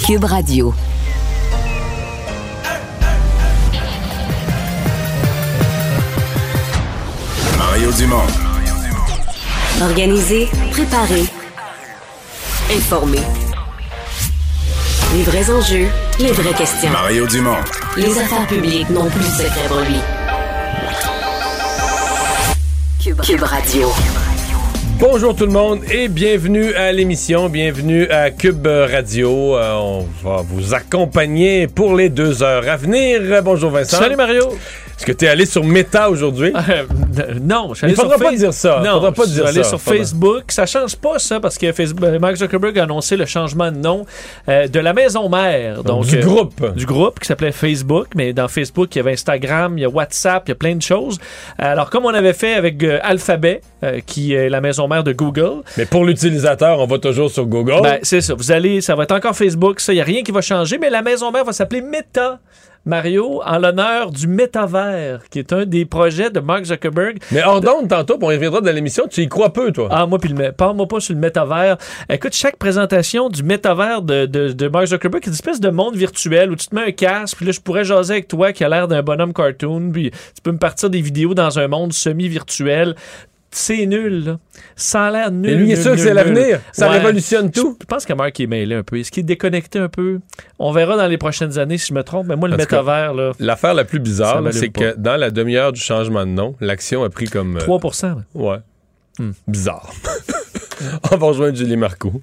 Cube Radio. Mario Dumont. Organiser, préparer, informer. Les vrais enjeux, les vraies questions. Mario Dumont. Les affaires publiques n'ont plus de secret pour lui. Cube Radio. Bonjour tout le monde et bienvenue à l'émission, bienvenue à Cube Radio. On va vous accompagner pour les 2 heures à venir. Bonjour Vincent. Salut Mario. Est-ce que tu es allé sur Meta aujourd'hui? Non, je suis allé sur Facebook. Il faudra pas dire ça. Non, je suis allé sur Faudra. Facebook. Ça change pas ça parce que Mark Zuckerberg a annoncé le changement de nom de la maison mère. Donc, du groupe. Du groupe qui s'appelait Facebook. Mais dans Facebook, il y avait Instagram, il y a WhatsApp, il y a plein de choses. Alors, comme on avait fait avec Alphabet, qui est la maison mère de Google. Mais pour l'utilisateur, on va toujours sur Google. Ben, c'est ça. Ça va être encore Facebook. Ça, il n'y a rien qui va changer. Mais la maison mère va s'appeler Meta. Mario, en l'honneur du métavers, qui est un des projets de Mark Zuckerberg. Mais hors d'onde, tantôt, on y reviendra dans l'émission, tu y crois peu, toi. Ah, moi, parle-moi pas sur le métavers. Écoute, chaque présentation du métavers de Mark Zuckerberg, c'est une espèce de monde virtuel où tu te mets un casque, puis là, je pourrais jaser avec toi qui a l'air d'un bonhomme cartoon, puis tu peux me partir des vidéos dans un monde semi-virtuel. C'est nul, là. Ça a l'air nul. Et lui, il est sûr que c'est l'avenir. Ça révolutionne tout. Je pense que Mark est mêlé un peu. Est-ce qu'il est déconnecté un peu? On verra dans les prochaines années si je me trompe. Mais moi, le métavers, là. L'affaire la plus bizarre, là, c'est que dans la demi-heure du changement de nom, l'action a pris comme. 3%. Ouais. Bizarre. On va rejoindre Julie Marcoux.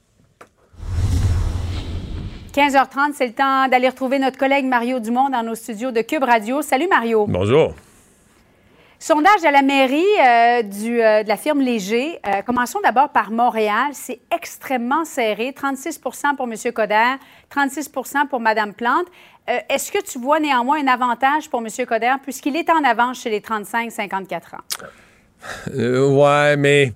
15h30, c'est le temps d'aller retrouver notre collègue Mario Dumont dans nos studios de Cube Radio. Salut Mario. Bonjour. Sondage à la mairie de la firme Léger. Commençons d'abord par Montréal. C'est extrêmement serré. 36 pour M. Coderre, 36 pour Mme Plante. Est-ce que tu vois néanmoins un avantage pour M. Coderre puisqu'il est en avance chez les 35-54 ans? Ouais, mais...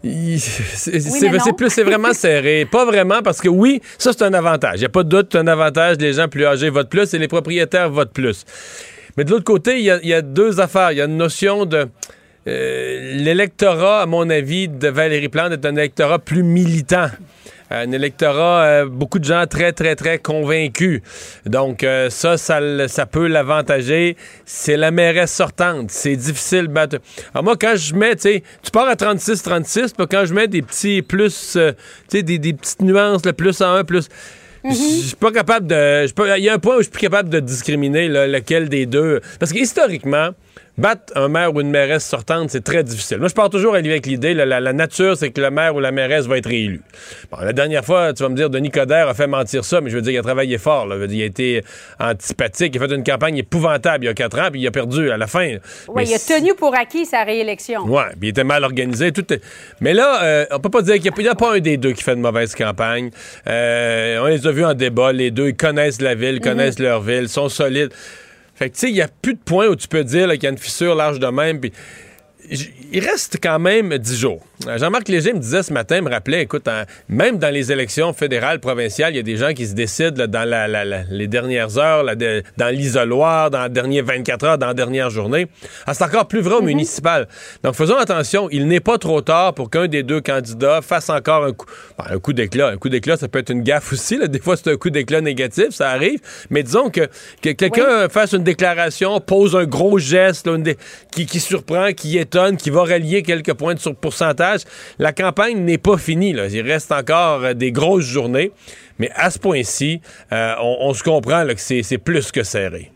C'est vraiment serré. Pas vraiment, parce que oui, ça, c'est un avantage. Il n'y a pas de doute, c'est un avantage. Les gens plus âgés votent plus et les propriétaires votent plus. Mais de l'autre côté, il y a 2 affaires. Il y a une notion de... l'électorat, à mon avis, de Valérie Plante est un électorat plus militant. Un électorat, beaucoup de gens très, très, très convaincus. Donc, ça peut l'avantager. C'est la mairesse sortante. C'est difficile de battre. Alors moi, quand je mets, tu pars à 36-36, puis quand je mets des petits plus, des petites nuances, le plus en 1, plus... Je suis pas capable de... Il y a un point où je suis plus capable de discriminer lequel des deux. Parce que historiquement, battre un maire ou une mairesse sortante, c'est très difficile. Moi, je pars toujours avec l'idée, la nature, c'est que le maire ou la mairesse va être réélu. Bon, la dernière fois, tu vas me dire, Denis Coderre a fait mentir ça, mais je veux dire, il a travaillé fort. Là. Il a été antipathique, il a fait une campagne épouvantable il y a 4 ans, puis il a perdu à la fin. Oui, il a tenu pour acquis sa réélection. Oui, puis il était mal organisé. Mais là, on peut pas dire qu'il n'y a pas un des deux qui fait de mauvaise campagne. On les a vus en débat, les deux, ils connaissent la ville, connaissent leur ville, sont solides. Fait que, tu sais, il n'y a plus de point où tu peux dire qu'il y a une fissure large de même. Puis, il reste quand même 10 jours. Jean-Marc Léger me disait ce matin, me rappelait, écoute, même dans les élections fédérales, provinciales, il y a des gens qui se décident là, dans les dernières heures, dans l'isoloir, dans les dernières 24 heures, dans la dernière journée. Ah, c'est encore plus vrai au municipal. Donc, faisons attention, il n'est pas trop tard pour qu'un des deux candidats fasse encore un coup d'éclat. Un coup d'éclat, ça peut être une gaffe aussi. Là. Des fois, c'est un coup d'éclat négatif, ça arrive. Mais disons que quelqu'un fasse une déclaration, pose un gros geste là, qui surprend, qui étonne, qui va rallier quelques points de pourcentage. La campagne n'est pas finie. Là. Il reste encore des grosses journées. Mais à ce point-ci, on se comprend là, que c'est plus que serré.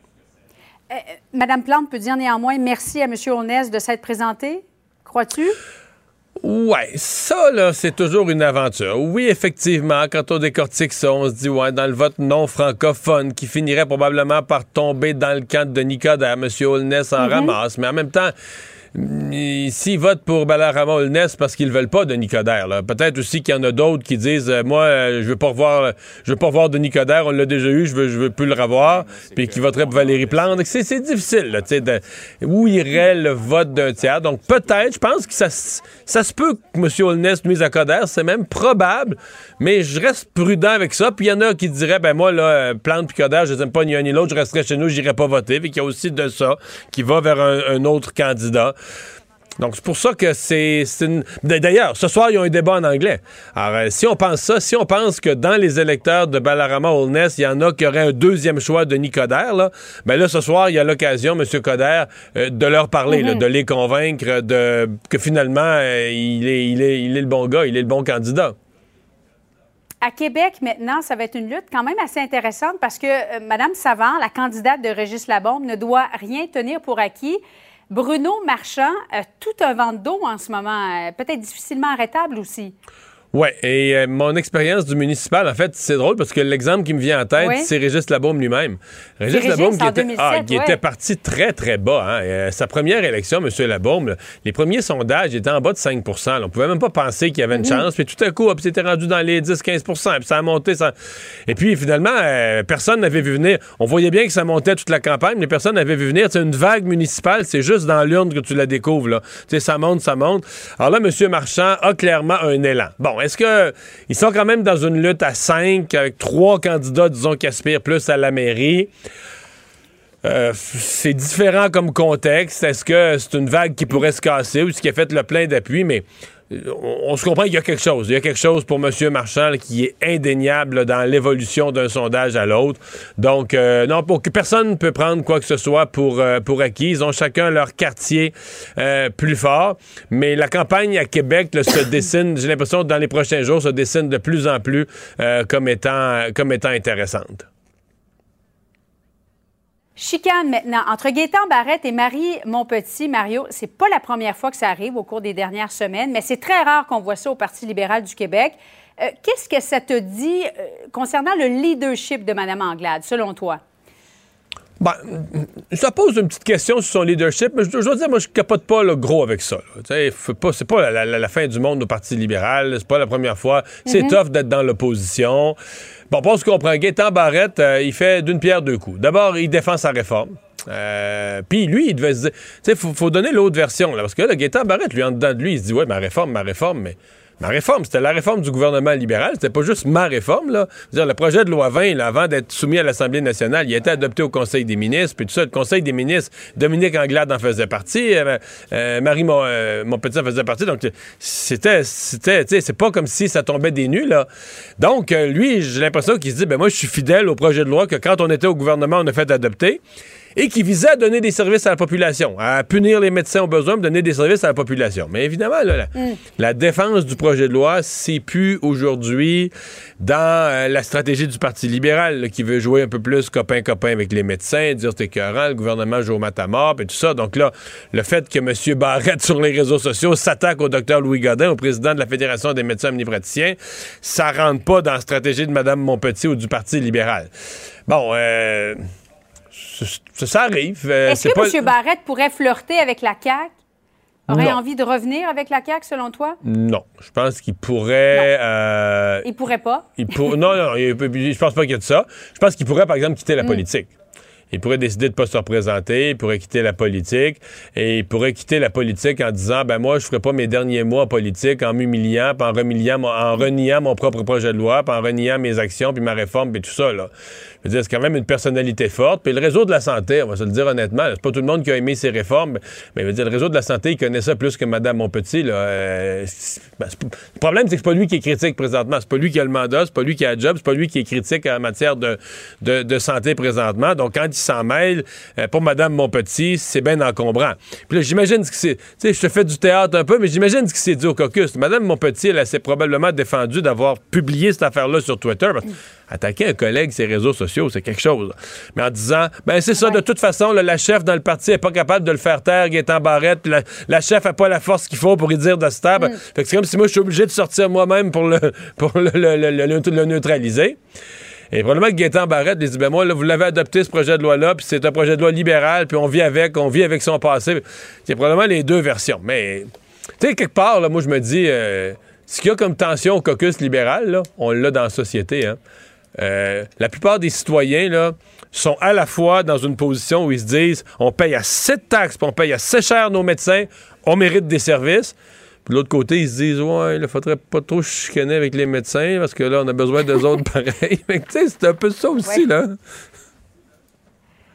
Madame Plante peut dire néanmoins merci à M. Holness de s'être présenté, crois-tu? Ouais, ça, là, c'est toujours une aventure. Oui, effectivement, quand on décortique ça, on se dit, ouais, dans le vote non francophone, qui finirait probablement par tomber dans le camp de Denis Coderre, M. Holness en ramasse. Mais en même temps, s'ils votent pour Balarama Holness parce qu'ils veulent pas Denis Coderre, là. Peut-être aussi qu'il y en a d'autres qui disent moi je veux pas revoir Denis Coderre, on l'a déjà eu, je veux plus le revoir, puis qui voteraient pour Valérie Plante. C'est difficile là, tu sais, où irait le vote d'un tiers. Donc peut-être, je pense que ça se peut que M. Holness nuise à Coderre, c'est même probable, mais je reste prudent avec ça. Puis il y en a qui diraient ben moi là Plante puis Coderre, je les aime pas ni un ni l'autre, je resterai chez nous, j'irai pas voter. Puis qu'il y a aussi de ça qui va vers un autre candidat. Donc, c'est pour ça que c'est une... D'ailleurs, ce soir, il y a un débat en anglais. Alors, si on pense que dans les électeurs de Balarama-Holness, il y en a qui auraient un deuxième choix de Denis Coderre, là, ben là, ce soir, il y a l'occasion, M. Coderre, de leur parler, là, de les convaincre que finalement, il est le bon gars, il est le bon candidat. À Québec, maintenant, ça va être une lutte quand même assez intéressante parce que Mme Savard, la candidate de Régis Labombe, ne doit rien tenir pour acquis. Bruno Marchand a tout un vent d'eau en ce moment, peut-être difficilement arrêtable aussi. Oui, et mon expérience du municipal, en fait, c'est drôle parce que l'exemple qui me vient en tête, c'est Régis Labaume lui-même. Régis Labaume qui était parti très, très bas. Hein. Sa première élection, M. Labaume, les premiers sondages étaient en bas de 5 %. On pouvait même pas penser qu'il y avait une chance. Puis tout à coup, c'était rendu dans les 10-15 %. Puis ça a monté. Et puis finalement, personne n'avait vu venir. On voyait bien que ça montait toute la campagne, mais personne n'avait vu venir. Une vague municipale, c'est juste dans l'urne que tu la découvres. Là. Ça monte, ça monte. Alors là, M. Marchand a clairement un élan. Bon, est-ce qu'ils sont quand même dans une lutte à 5 avec 3 candidats, disons, qui aspirent plus à la mairie? C'est différent comme contexte. Est-ce que c'est une vague qui pourrait se casser ou ce qui a fait le plein d'appui? Mais on se comprend qu'il y a quelque chose. Il y a quelque chose pour M. Marchand là, qui est indéniable là, dans l'évolution d'un sondage à l'autre. Donc, non, pour que personne ne peut prendre quoi que ce soit pour acquis. Ils ont chacun leur quartier plus fort. Mais la campagne à Québec là, se dessine, j'ai l'impression, dans les prochains jours, se dessine de plus en plus comme étant intéressante. Chicane maintenant entre Gaétan Barrette et Marie Montpetit. Mario, c'est pas la première fois que ça arrive au cours des dernières semaines, mais c'est très rare qu'on voit ça au Parti libéral du Québec. Qu'est-ce que ça te dit concernant le leadership de Mme Anglade, selon toi? Ben, ça pose une petite question sur son leadership, mais je dois dire, moi, je capote pas là, gros avec ça. C'est pas la fin du monde au Parti libéral, c'est pas la première fois. C'est tough d'être dans l'opposition. Bon, on se comprend. Gaétan Barrette, il fait d'une pierre deux coups. D'abord, il défend sa réforme. Puis lui, il devait se dire... Tu sais, faut donner l'autre version, là, parce que là, Gaétan Barrette, lui, en dedans de lui, il se dit, ouais, ma réforme, mais... Ma réforme, c'était la réforme du gouvernement libéral. C'était pas juste ma réforme, là. Je veux dire, le projet de loi 20, là, avant d'être soumis à l'Assemblée nationale, il a été adopté au Conseil des ministres, puis tout ça. Le Conseil des ministres, Dominique Anglade en faisait partie, Marie Montpetit en faisait partie. Donc, c'était, tu sais, c'est pas comme si ça tombait des nues, là. Donc, lui, j'ai l'impression qu'il se dit, ben moi, je suis fidèle au projet de loi que quand on était au gouvernement, on a fait adopter. Et qui visait à donner des services à la population, à punir les médecins au besoin, de donner des services à la population. Mais évidemment, là, la défense du projet de loi, c'est plus aujourd'hui dans la stratégie du Parti libéral, là, qui veut jouer un peu plus copain-copain avec les médecins, dire c'est écœurant, le gouvernement joue au matamor, et tout ça. Donc là, le fait que M. Barrette, sur les réseaux sociaux, s'attaque au Dr Louis Godin, au président de la Fédération des médecins omnipraticiens, ça rentre pas dans la stratégie de Mme Montpetit ou du Parti libéral. Bon, ça arrive. Est-ce que M. Barrette pourrait flirter avec la CAQ? Aurait envie de revenir avec la CAQ, selon toi? Non. Je pense qu'il pourrait... Il pourrait pas? Non, je pense pas qu'il y a de ça. Je pense qu'il pourrait, par exemple, quitter la politique. Il pourrait décider de ne pas se représenter, il pourrait quitter la politique, et il pourrait quitter la politique en disant, ben moi, je ferai pas mes derniers mois en politique en m'humiliant, puis en reniant mon propre projet de loi, puis en reniant mes actions, puis ma réforme, puis tout ça, là. Je veux dire, c'est quand même une personnalité forte. Puis le réseau de la santé, on va se le dire honnêtement, c'est pas tout le monde qui a aimé ses réformes, mais je veux dire, le réseau de la santé, il connaît ça plus que Mme Montpetit, là. Le problème, c'est que c'est pas lui qui est critique présentement. C'est pas lui qui a le mandat, c'est pas lui qui a le job, c'est pas lui qui est critique en matière de santé présentement. Donc, quand il s'en mêle, pour Mme Montpetit, c'est bien encombrant. Puis là, j'imagine ce que c'est... Tu sais, je te fais du théâtre un peu, mais j'imagine ce qui s'est dit au caucus. Mme Montpetit, elle s'est probablement défendue d'avoir publié cette affaire-là sur Twitter. Parce que attaquer un collègue sur les réseaux sociaux, c'est quelque chose. Là. Mais en disant, ben c'est ça, de toute façon, là, la chef dans le parti n'est pas capable de le faire taire, Gaétan Barrette, puis la chef n'a pas la force qu'il faut pour y dire de se taire. Fait que c'est comme si moi, je suis obligé de sortir moi-même pour le neutraliser. Et probablement que Gaétan Barrette lui dit, ben moi, là, vous l'avez adopté, ce projet de loi-là, puis c'est un projet de loi libéral, puis on vit avec son passé. C'est probablement les deux versions. Mais, tu sais, quelque part, là, moi, je me dis, ce qu'il y a comme tension au caucus libéral, là, on l'a dans la société, hein. La plupart des citoyens là, sont à la fois dans une position où ils se disent on paye assez de taxes, puis on paye assez cher nos médecins, on mérite des services. Puis de l'autre côté, ils se disent ouais, il faudrait pas trop chicaner avec les médecins parce que là, on a besoin d'eux autres pareil. Mais tu sais, c'est un peu ça aussi, là.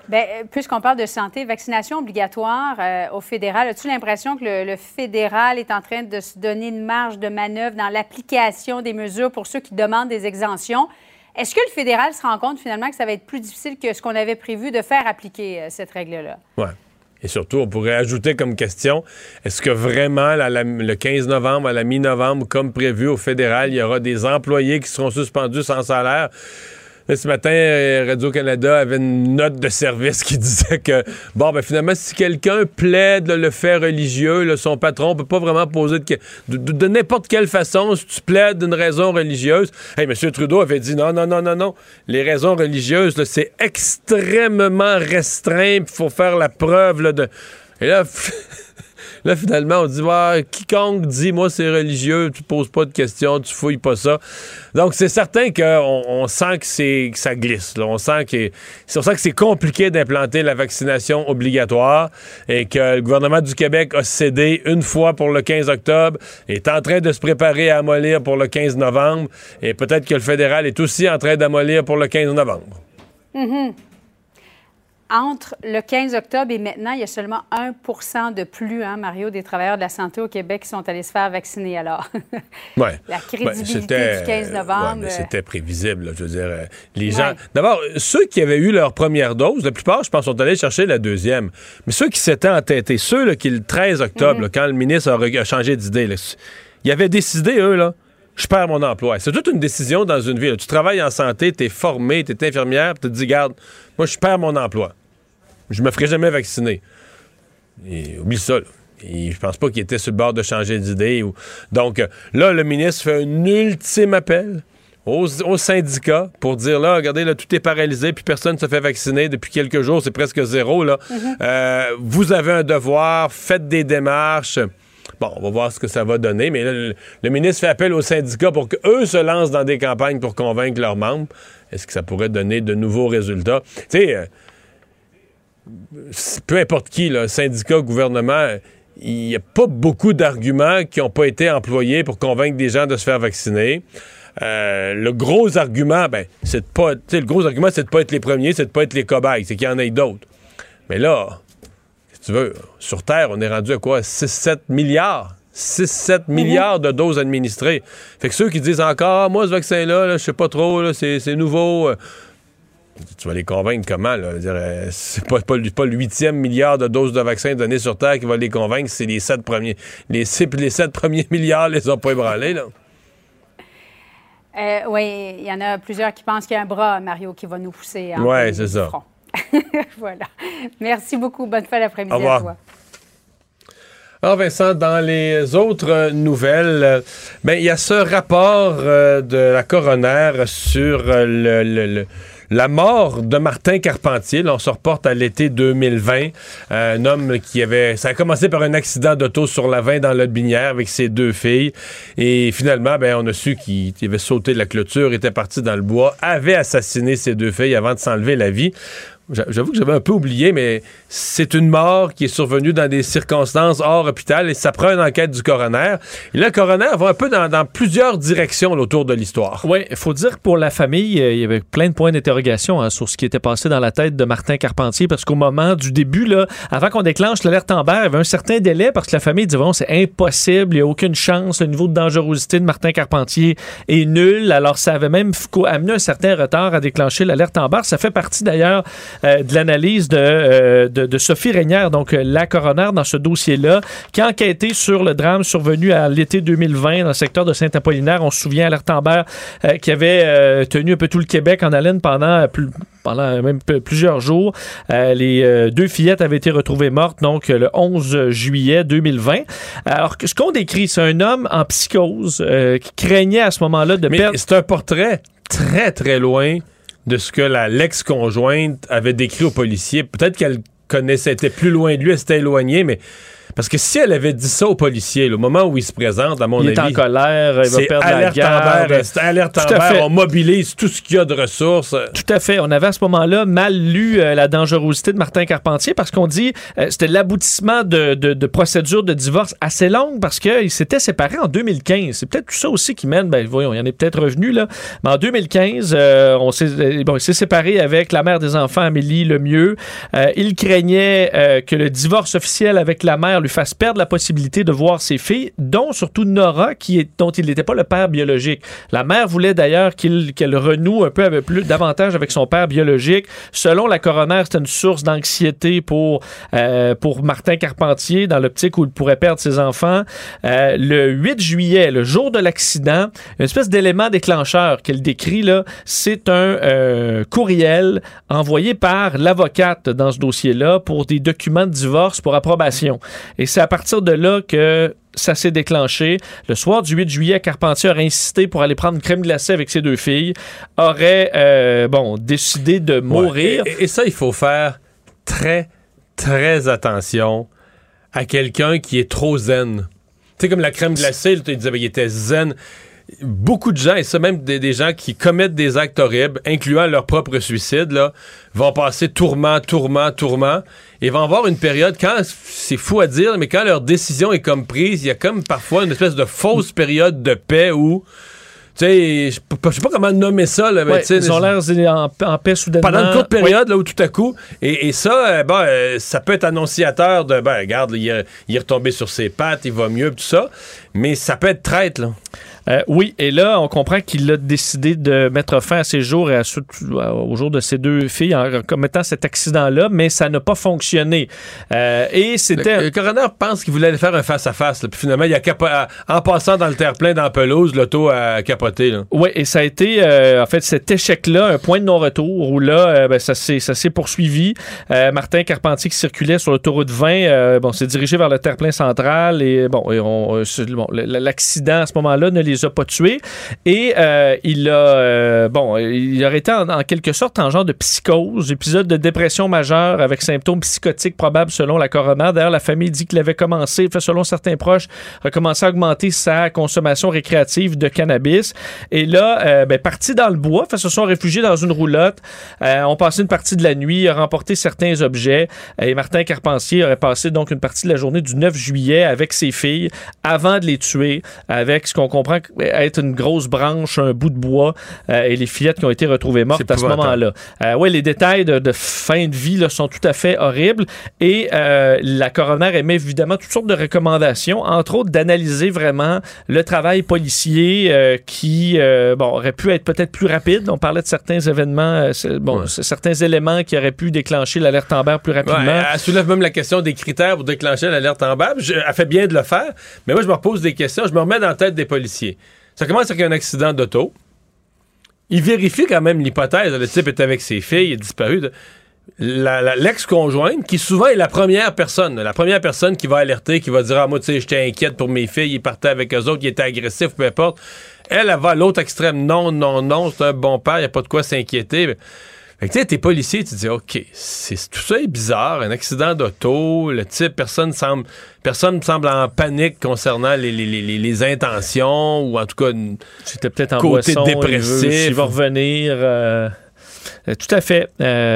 Bien, puisqu'on parle de santé, vaccination obligatoire au fédéral, as-tu l'impression que le fédéral est en train de se donner une marge de manœuvre dans l'application des mesures pour ceux qui demandent des exemptions? Est-ce que le fédéral se rend compte finalement que ça va être plus difficile que ce qu'on avait prévu de faire appliquer cette règle-là? Oui. Et surtout, on pourrait ajouter comme question, est-ce que vraiment, le 15 novembre, à la mi-novembre, comme prévu au fédéral, il y aura des employés qui seront suspendus sans salaire? Là, ce matin, Radio-Canada avait une note de service qui disait que, finalement, si quelqu'un plaide le fait religieux, là, son patron peut pas vraiment poser de n'importe quelle façon, si tu plaides d'une raison religieuse. Hey, M. Trudeau avait dit non. Les raisons religieuses, là, c'est extrêmement restreint, il faut faire la preuve là, de... Et là... Là, finalement, on dit, quiconque dit, moi, c'est religieux, tu poses pas de questions, tu fouilles pas ça. Donc, c'est certain qu'on sent que ça glisse. Là. On sent que c'est compliqué d'implanter la vaccination obligatoire et que le gouvernement du Québec a cédé une fois pour le 15 octobre, est en train de se préparer à amollir pour le 15 novembre et peut-être que le fédéral est aussi en train d'amollir pour le 15 novembre. Mm-hmm. Entre le 15 octobre et maintenant, il y a seulement 1% de plus, Mario, des travailleurs de la santé au Québec qui sont allés se faire vacciner. Alors, la crédibilité du 15 novembre... mais c'était prévisible, là, je veux dire. Les gens... D'abord, ceux qui avaient eu leur première dose, la plupart, je pense, sont allés chercher la deuxième. Mais ceux qui s'étaient entêtés, ceux là, qui, le 13 octobre, là, quand le ministre a changé d'idée, là, ils avaient décidé, eux, là, je perds mon emploi. C'est toute une décision dans une vie. Là. Tu travailles en santé, t'es formé, t'es infirmière, puis tu te dis, garde, moi, je perds mon emploi. Je me ferai jamais vacciner. Et, oublie ça, là. Et je pense pas qu'il était sur le bord de changer d'idée. Donc, là, le ministre fait un ultime appel aux syndicats pour dire, là, regardez, là, tout est paralysé, puis personne ne se fait vacciner depuis quelques jours, c'est presque zéro, là. Vous avez un devoir, faites des démarches. Bon, on va voir ce que ça va donner, mais là, le ministre fait appel aux syndicats pour qu'eux se lancent dans des campagnes pour convaincre leurs membres. Est-ce que ça pourrait donner de nouveaux résultats? Tu sais, peu importe qui, là, syndicat, gouvernement, il n'y a pas beaucoup d'arguments qui n'ont pas été employés pour convaincre des gens de se faire vacciner. Le gros argument, c'est de pas... le gros argument, c'est de pas être les premiers, c'est de pas être les cobayes, c'est qu'il y en ait d'autres. Mais là... Tu veux, sur Terre, on est rendu à quoi? 6-7 milliards? 6-7 milliards de doses administrées. Fait que ceux qui disent encore, moi, ce vaccin-là, je sais pas trop, là, c'est nouveau. Tu vas les convaincre comment? Là? C'est pas le 8e milliard de doses de vaccins donnés sur Terre qui va les convaincre, c'est les 7 premiers. Les 7 premiers milliards les ont pas ébranlés, là. Oui, il y en a plusieurs qui pensent qu'il y a un bras, Mario, qui va nous pousser. Oui, c'est ça. Front. Voilà. Merci beaucoup. Bonne fin d'après-midi à toi. Alors Vincent, dans les autres nouvelles, il y a ce rapport de la coroner sur la mort de Martin Carpentier. Là, on se reporte à l'été 2020. Un homme qui avait... Ça a commencé par un accident d'auto sur la 20 dans l'Aude-Binière avec ses 2 filles. Et finalement, on a su qu'il avait sauté de la clôture, était parti dans le bois, avait assassiné ses 2 filles avant de s'enlever la vie. J'avoue que j'avais un peu oublié, mais c'est une mort qui est survenue dans des circonstances hors hôpital et ça prend une enquête du coroner. Et là, le coroner va un peu dans plusieurs directions autour de l'histoire. Oui, il faut dire que pour la famille, il y avait plein de points d'interrogation sur ce qui était passé dans la tête de Martin Carpentier parce qu'au moment du début, là, avant qu'on déclenche l'alerte Amber, il y avait un certain délai parce que la famille disait c'est impossible, il n'y a aucune chance, le niveau de dangerosité de Martin Carpentier est nul. Alors, ça avait même amené un certain retard à déclencher l'alerte Amber. Ça fait partie d'ailleurs de l'analyse de Sophie Régnière, donc la coroner dans ce dossier-là, qui a enquêté sur le drame survenu à l'été 2020 dans le secteur de Saint-Apollinaire. On se souvient, alerte Amber qui avait tenu un peu tout le Québec en haleine pendant même plusieurs jours. Les 2 fillettes avaient été retrouvées mortes, donc le 11 juillet 2020. Alors, ce qu'on décrit, c'est un homme en psychose qui craignait à ce moment-là de perdre... Mais c'est un portrait très, très loin de ce que l'ex-conjointe avait décrit aux policiers. Peut-être qu'elle connaissait, était plus loin de lui, elle s'était éloignée, mais Parce que si elle avait dit ça au policier, au moment où il se présente, à mon avis... Il est en colère, il va perdre la garde. C'est alerte Amber, on mobilise tout ce qu'il y a de ressources. Tout à fait. On avait à ce moment-là mal lu la dangerosité de Martin Carpentier parce qu'on dit c'était l'aboutissement de procédures de divorce assez longues parce qu'ils s'étaient séparés en 2015. C'est peut-être tout ça aussi qui mène, voyons, il y en est peut-être revenu, là. Mais en 2015, il s'est séparé avec la mère des enfants, Amélie Lemieux. Il craignait que le divorce officiel avec la mère lui fasse perdre la possibilité de voir ses filles, dont surtout Nora, dont il n'était pas le père biologique. La mère voulait d'ailleurs qu'elle renoue un peu davantage avec son père biologique. Selon la coroner, c'était une source d'anxiété pour Martin Carpentier, dans l'optique où il pourrait perdre ses enfants. Le 8 juillet, le jour de l'accident, une espèce d'élément déclencheur qu'elle décrit, là, c'est un courriel envoyé par l'avocate dans ce dossier-là pour des documents de divorce pour approbation. Et c'est à partir de là que ça s'est déclenché. Le soir du 8 juillet, Carpentier aurait insisté pour aller prendre une crème glacée avec ses 2 filles, aurait décidé de mourir. Ouais, et ça, il faut faire très, très attention à quelqu'un qui est trop zen. Tu sais, comme la crème glacée, tu disais, il était zen. Beaucoup de gens, et ça même des gens qui commettent des actes horribles, incluant leur propre suicide, là, vont passer tourment, et vont avoir une période, quand, c'est fou à dire, mais quand leur décision est comme prise, il y a comme parfois une espèce de fausse période de paix où, tu sais, je sais pas comment nommer ça, là, mais ils ont l'air en paix soudainement. Pendant une courte période, là, où tout à coup, et ça, ça peut être annonciateur de, regarde, il est retombé sur ses pattes, il va mieux, tout ça, mais ça peut être traître, là. Oui, et là, on comprend qu'il a décidé de mettre fin à ses jours et au jour de ses 2 filles en commettant cet accident-là, mais ça n'a pas fonctionné. Et c'était... Le coroner pense qu'il voulait aller faire un face-à-face, là, puis finalement, en passant dans le terre-plein, dans la pelouse, l'auto a capoté. Oui, et ça a été, en fait, cet échec-là, un point de non-retour, où là, ça s'est poursuivi. Martin Carpentier, qui circulait sur l'autoroute 20, s'est dirigé vers le terre-plein central, et l'accident, à ce moment-là, ne les a pas tués. Et il aurait été en quelque sorte en genre de psychose, épisode de dépression majeure avec symptômes psychotiques probables selon la coroner. D'ailleurs, la famille dit qu'il avait commencé, selon certains proches, a commencé à augmenter sa consommation récréative de cannabis. Et là, parti dans le bois, se sont réfugiés dans une roulotte, ont passé une partie de la nuit, a remporté certains objets. Et Martin Carpentier aurait passé donc une partie de la journée du 9 juillet avec ses filles avant de les tuer, avec ce qu'on comprend être une grosse branche, un bout de bois, et les fillettes qui ont été retrouvées mortes à ce moment-là. Les détails de fin de vie là, sont tout à fait horribles, et la coroner émet évidemment toutes sortes de recommandations, entre autres d'analyser vraiment le travail policier qui aurait pu être peut-être plus rapide. On parlait de certains événements, certains éléments qui auraient pu déclencher l'alerte Amber plus rapidement. Elle soulève même la question des critères pour déclencher l'alerte Amber. Elle fait bien de le faire, mais moi je me repose des questions, je me remets dans la tête des policiers. Ça commence avec un accident d'auto. Il vérifie quand même l'hypothèse. Le type est avec ses filles, il est disparu. L'ex-conjointe, qui souvent est la première personne qui va alerter, qui va dire « Ah, moi, tu sais, j'étais inquiète pour mes filles, ils partaient avec eux autres, ils étaient agressifs, peu importe. » Elle va à l'autre extrême. Non, c'est un bon père, il n'y a pas de quoi s'inquiéter. Fait que tu sais, t'es policier, tu te dis, OK, tout ça est bizarre, un accident d'auto, le type, personne me semble en panique concernant les intentions, ou en tout cas, c'était peut-être en côté boisson, dépressif. Il va revenir. Tout à fait.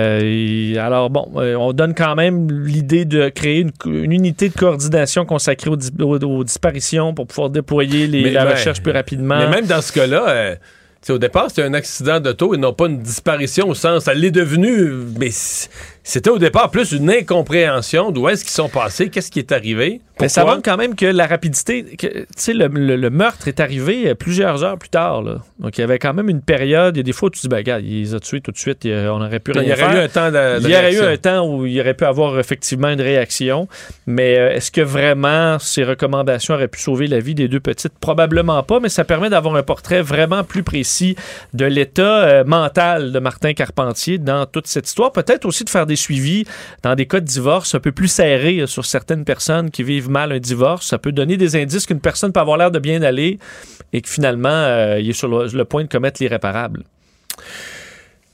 Alors, on donne quand même l'idée de créer une unité de coordination consacrée aux disparitions pour pouvoir déployer la recherche plus rapidement. Mais même dans ce cas-là... au départ, c'était un accident d'auto et non pas une disparition au sens... Ça l'est devenu... Mais c'était au départ plus une incompréhension d'où est-ce qu'ils sont passés, qu'est-ce qui est arrivé. Mais ça montre quand même que la rapidité... Tu sais, le meurtre est arrivé plusieurs heures plus tard. Là. Donc, il y avait quand même une période... Il y a des fois où tu dis, regarde, il les a tués tout de suite, on aurait pu rien faire. Il y aurait eu un temps où il aurait pu avoir effectivement une réaction. Mais est-ce que vraiment ces recommandations auraient pu sauver la vie des 2 petites? Probablement pas, mais ça permet d'avoir un portrait vraiment plus précis de l'état mental de Martin Carpentier dans toute cette histoire. Peut-être aussi de faire des suivis dans des cas de divorce un peu plus serrés sur certaines personnes qui vivent mal un divorce. Ça peut donner des indices qu'une personne peut avoir l'air de bien aller et que finalement, il est sur le point de commettre l'irréparable.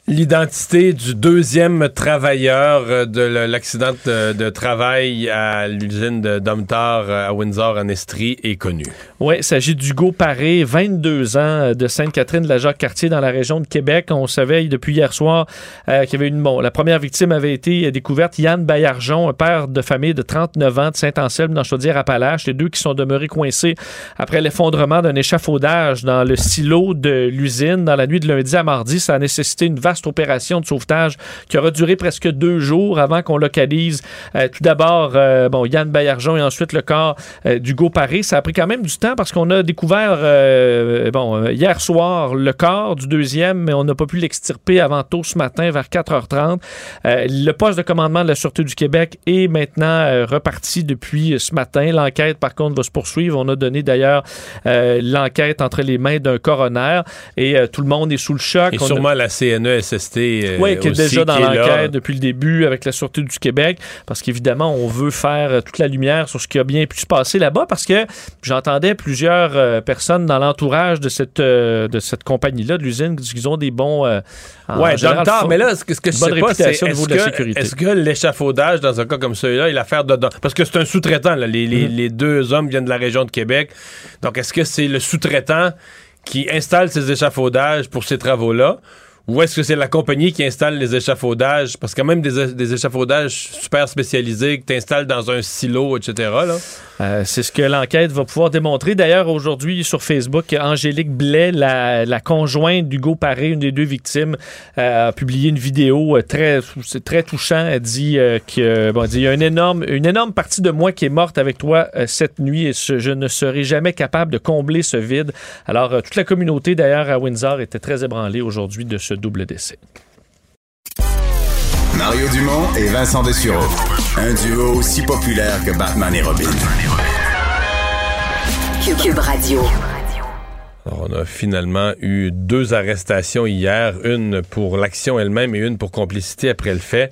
l'identité du deuxième travailleur de l'accident de travail à l'usine de Domtar à Windsor en Estrie est connue. Oui, il s'agit d'Hugo Paré, 22 ans, de Sainte-Catherine de la Jacques-Cartier dans la région de Québec. On savait depuis hier soir qu'il y avait la première victime avait été découverte, Yann Baillargeon, un père de famille de 39 ans de Saint-Anselme dans Chaudière-Appalaches. Les deux qui sont demeurés coincés après l'effondrement d'un échafaudage dans le silo de l'usine dans la nuit de lundi à mardi. Ça a nécessité une vaste opération de sauvetage qui aura duré presque 2 jours avant qu'on localise tout d'abord Yann Baillargeon et ensuite le corps d'Hugo Paré. Ça a pris quand même du temps parce qu'on a découvert hier soir le corps du deuxième, mais on n'a pas pu l'extirper avant tôt ce matin vers 4h30. Le poste de commandement de la Sûreté du Québec est maintenant reparti depuis ce matin. L'enquête, par contre, va se poursuivre. On a donné d'ailleurs l'enquête entre les mains d'un coroner et tout le monde est sous le choc. Et sûrement la CNESST oui, qui est déjà dans l'enquête depuis le début avec la Sûreté du Québec, parce qu'évidemment, on veut faire toute la lumière sur ce qui a bien pu se passer là-bas, parce que j'entendais plusieurs personnes dans l'entourage de cette compagnie-là, de l'usine, qui ont des bons... Domtar, mais là, ce que je sais pas, c'est est-ce que l'échafaudage, dans un cas comme celui-là, est l'affaire de... Parce que c'est un sous-traitant, là. Les deux hommes viennent de la région de Québec. Donc, est-ce que c'est le sous-traitant qui installe ces échafaudages pour ces travaux-là? Ou est-ce que c'est la compagnie qui installe les échafaudages? Parce que quand même des échafaudages super spécialisés que tu installes dans un silo, etc., là. C'est ce que l'enquête va pouvoir démontrer. D'ailleurs, aujourd'hui, sur Facebook, Angélique Blais, la conjointe d'Hugo Paré, une des deux victimes, a publié une vidéo très touchant. Elle dit qu'il y a une énorme partie de moi qui est morte avec toi cette nuit et je ne serai jamais capable de combler ce vide. Alors, toute la communauté, d'ailleurs, à Windsor était très ébranlée aujourd'hui de ce double décès. Mario Dumont et Vincent Dessureau. Un duo aussi populaire que Batman et Robin. Cube Radio. Alors, on a finalement eu 2 arrestations hier, une pour l'action elle-même et une pour complicité après le fait,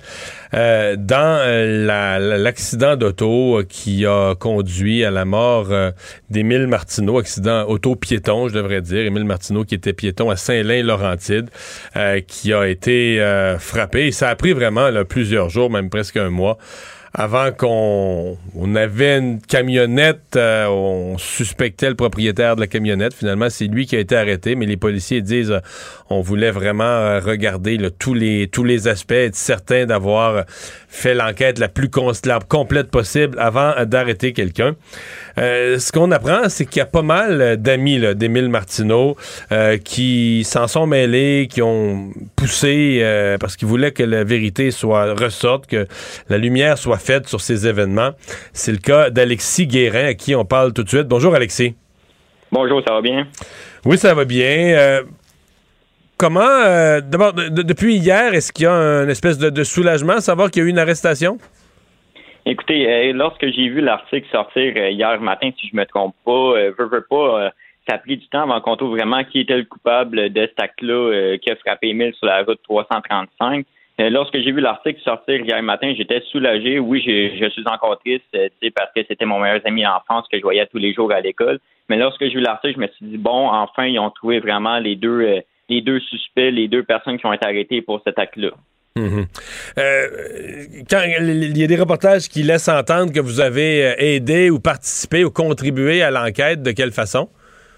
dans l'accident d'auto qui a conduit à la mort d'Émile Martineau, accident auto-piéton, je devrais dire. Émile Martineau qui était piéton à Saint-Lin-Laurentide, qui a été frappé. Et ça a pris vraiment plusieurs jours, même presque un mois, avant qu'on avait une camionnette, on suspectait le propriétaire de la camionnette. Finalement, c'est lui qui a été arrêté, mais les policiers disent on voulait vraiment regarder tous les aspects, être certain d'avoir fait l'enquête la plus complète possible avant d'arrêter quelqu'un. Ce qu'on apprend, c'est qu'il y a pas mal d'amis d'Émile Martineau qui s'en sont mêlés, qui ont poussé parce qu'ils voulaient que la vérité ressorte, que la lumière soit faite sur ces événements. C'est le cas d'Alexis Guérin, à qui on parle tout de suite. Bonjour, Alexis. Bonjour, ça va bien? Oui, ça va bien. Comment, d'abord, depuis hier, est-ce qu'il y a une espèce de soulagement à savoir qu'il y a eu une arrestation? Écoutez, lorsque j'ai vu l'article sortir hier matin, si je me trompe pas, ça a pris du temps avant qu'on trouve vraiment qui était le coupable de cet acte-là qui a frappé Émile sur la route 335. Lorsque j'ai vu l'article sortir hier matin, j'étais soulagé. Oui, je suis encore triste, parce que c'était mon meilleur ami d'enfance que je voyais tous les jours à l'école. Mais lorsque j'ai vu l'article, je me suis dit, bon, enfin, ils ont trouvé vraiment les deux suspects, les 2 personnes qui ont été arrêtées pour cet acte-là. Mm-hmm. Quand il y a des reportages qui laissent entendre que vous avez aidé ou participé ou contribué à l'enquête, de quelle façon?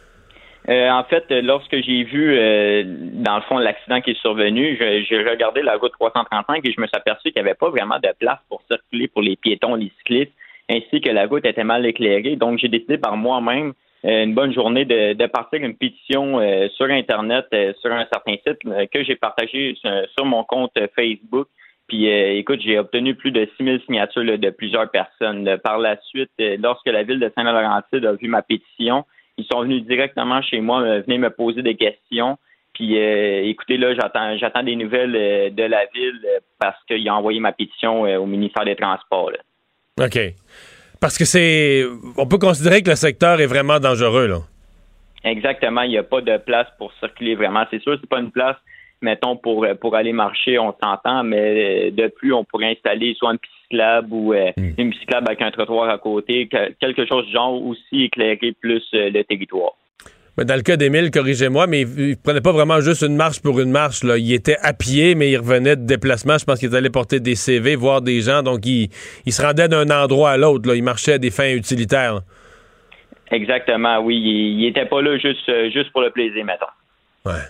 En fait, lorsque j'ai vu, dans le fond, l'accident qui est survenu, j'ai regardé la route 335 et je me suis aperçu qu'il n'y avait pas vraiment de place pour circuler pour les piétons, les cyclistes, ainsi que la route était mal éclairée. Donc, j'ai décidé par moi-même, une bonne journée, de partir une pétition sur Internet, sur un certain site que j'ai partagé sur mon compte Facebook. Puis, écoute, j'ai obtenu plus de 6000 signatures de plusieurs personnes. Par la suite, lorsque la ville de Saint-Laurentide a vu ma pétition, ils sont venus directement chez moi, venir me poser des questions. Puis, écoutez, là, j'attends des nouvelles de la ville parce qu'ils ont envoyé ma pétition au ministère des Transports. Là. OK. Parce que on peut considérer que le secteur est vraiment dangereux, là. Exactement. Il n'y a pas de place pour circuler vraiment. C'est sûr, c'est pas une place, mettons, pour aller marcher, on s'entend, mais de plus, on pourrait installer soit une piste cyclable ou une piste cyclable avec un trottoir à côté, quelque chose du genre, aussi éclairer plus le territoire. Mais dans le cas d'Émile, corrigez-moi, mais il prenait pas vraiment juste une marche pour une marche, là. Il était à pied, mais il revenait de déplacement. Je pense qu'il allait porter des CV, voir des gens. Donc, il se rendait d'un endroit à l'autre, là. Il marchait à des fins utilitaires, là. Exactement, oui. Il était pas là juste pour le plaisir, mettons. Ouais.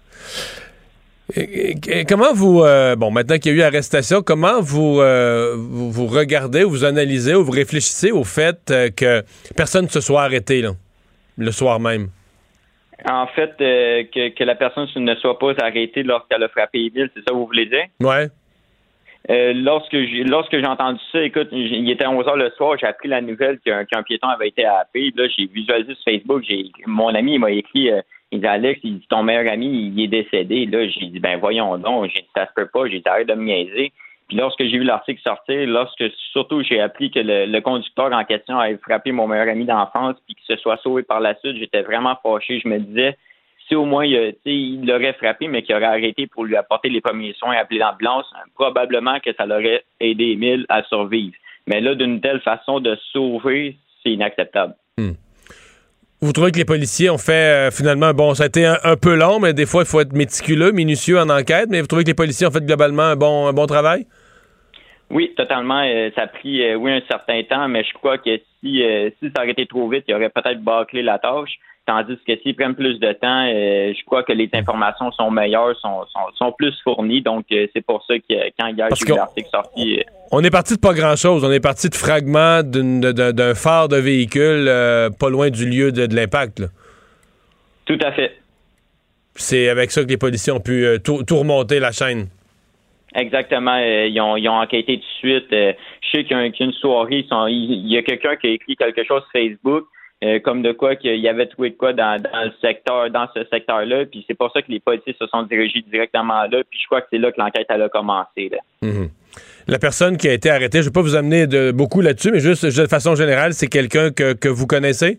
Et comment vous... maintenant qu'il y a eu arrestation, comment vous regardez ou vous analysez ou vous réfléchissez au fait que personne ne se soit arrêté, là, le soir même? En fait, que la personne ne soit pas arrêtée lorsqu'elle a frappé Émile, c'est ça que vous voulez dire? Ouais. Lorsque j'ai entendu ça, écoute, il était 11h le soir, j'ai appris la nouvelle qu'un piéton avait été happé. Là, j'ai visualisé sur Facebook, mon ami il m'a écrit, il dit Alex, il dit ton meilleur ami, il est décédé. Là, j'ai dit ben voyons donc, j'ai dit ça se peut pas, j'ai dit arrête de me niaiser. Puis lorsque j'ai vu l'article sortir, surtout j'ai appris que le conducteur en question avait frappé mon meilleur ami d'enfance puis qu'il se soit sauvé par la suite, j'étais vraiment fâché. Je me disais, si au moins il l'aurait frappé, mais qu'il aurait arrêté pour lui apporter les premiers soins, appeler l'ambulance, probablement que ça l'aurait aidé Émile à survivre. Mais là, d'une telle façon de sauver, c'est inacceptable. Vous trouvez que les policiers ont fait finalement, bon, ça a été un peu long, mais des fois, il faut être méticuleux, minutieux en enquête, mais vous trouvez que les policiers ont fait globalement un bon travail? Oui, totalement. Ça a pris, un certain temps, mais je crois que si ça aurait été trop vite, il aurait peut-être bâclé la tâche. Tandis que s'ils prennent plus de temps, je crois que les informations sont meilleures, sont plus fournies. Donc, c'est pour ça que quand il y a eu l'article sorti... On est parti de pas grand-chose. On est parti de fragments d'un phare de véhicule pas loin du lieu de l'impact, là. Tout à fait. C'est avec ça que les policiers ont pu tout remonter la chaîne. Exactement. Ils ont enquêté tout de suite. Je sais qu'il y a une soirée, il y a quelqu'un qui a écrit quelque chose sur Facebook, comme de quoi qu'il y avait trouvé de quoi dans ce secteur-là, puis c'est pour ça que les policiers se sont dirigés directement là, puis je crois que c'est là que l'enquête elle a commencé, là. Mm-hmm. La personne qui a été arrêtée, je ne vais pas vous amener beaucoup là-dessus, mais juste de façon générale, c'est quelqu'un que vous connaissez?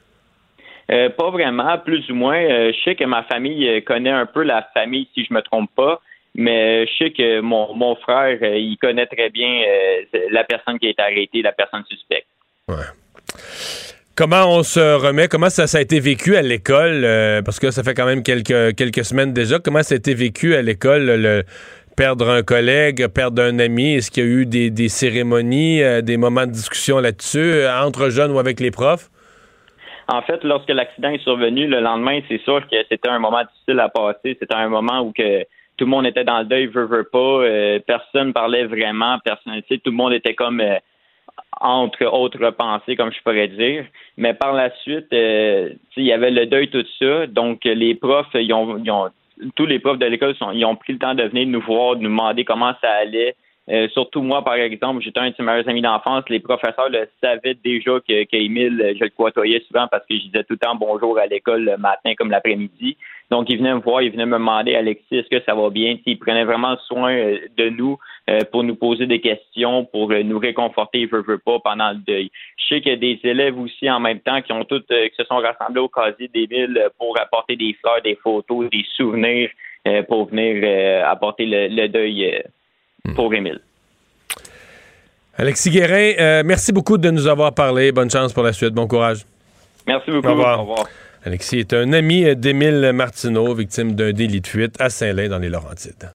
Pas vraiment, plus ou moins. Je sais que ma famille connaît un peu la famille, si je me trompe pas, mais je sais que mon frère, il connaît très bien la personne qui a été arrêtée, la personne suspecte. Ouais. Comment on se remet? Comment ça a été vécu à l'école? Parce que ça fait quand même quelques semaines déjà. Comment ça a été vécu à l'école, perdre un collègue, perdre un ami? Est-ce qu'il y a eu des cérémonies, des moments de discussion là-dessus, entre jeunes ou avec les profs? En fait, lorsque l'accident est survenu, le lendemain, c'est sûr que c'était un moment difficile à passer. C'était un moment où que tout le monde était dans le deuil, veut pas. Personne parlait vraiment. Tout le monde était comme... entre autres pensées, comme je pourrais dire. Mais par la suite, il y avait le deuil, tout ça. Donc, les profs, tous les profs de l'école, ils ont pris le temps de venir nous voir, de nous demander comment ça allait. Surtout moi, par exemple, j'étais un de ses meilleurs amis d'enfance. Les professeurs le savaient déjà qu'Émile, je le côtoyais souvent parce que je disais tout le temps bonjour à l'école le matin comme l'après-midi. Donc, ils venaient me voir, ils venaient me demander, Alexis, est-ce que ça va bien? Ils prenaient vraiment soin de nous pour nous poser des questions, pour nous réconforter, veut pas, pendant le deuil. Je sais qu'il y a des élèves aussi en même temps qui se sont rassemblés au casier d'Émile pour apporter des fleurs, des photos, des souvenirs pour venir apporter le deuil pour Émile. Alexis Guérin, merci beaucoup de nous avoir parlé. Bonne chance pour la suite. Bon courage. Merci beaucoup. Au revoir. Au revoir. Alexis est un ami d'Émile Martineau, victime d'un délit de fuite à Saint-Lin dans les Laurentides.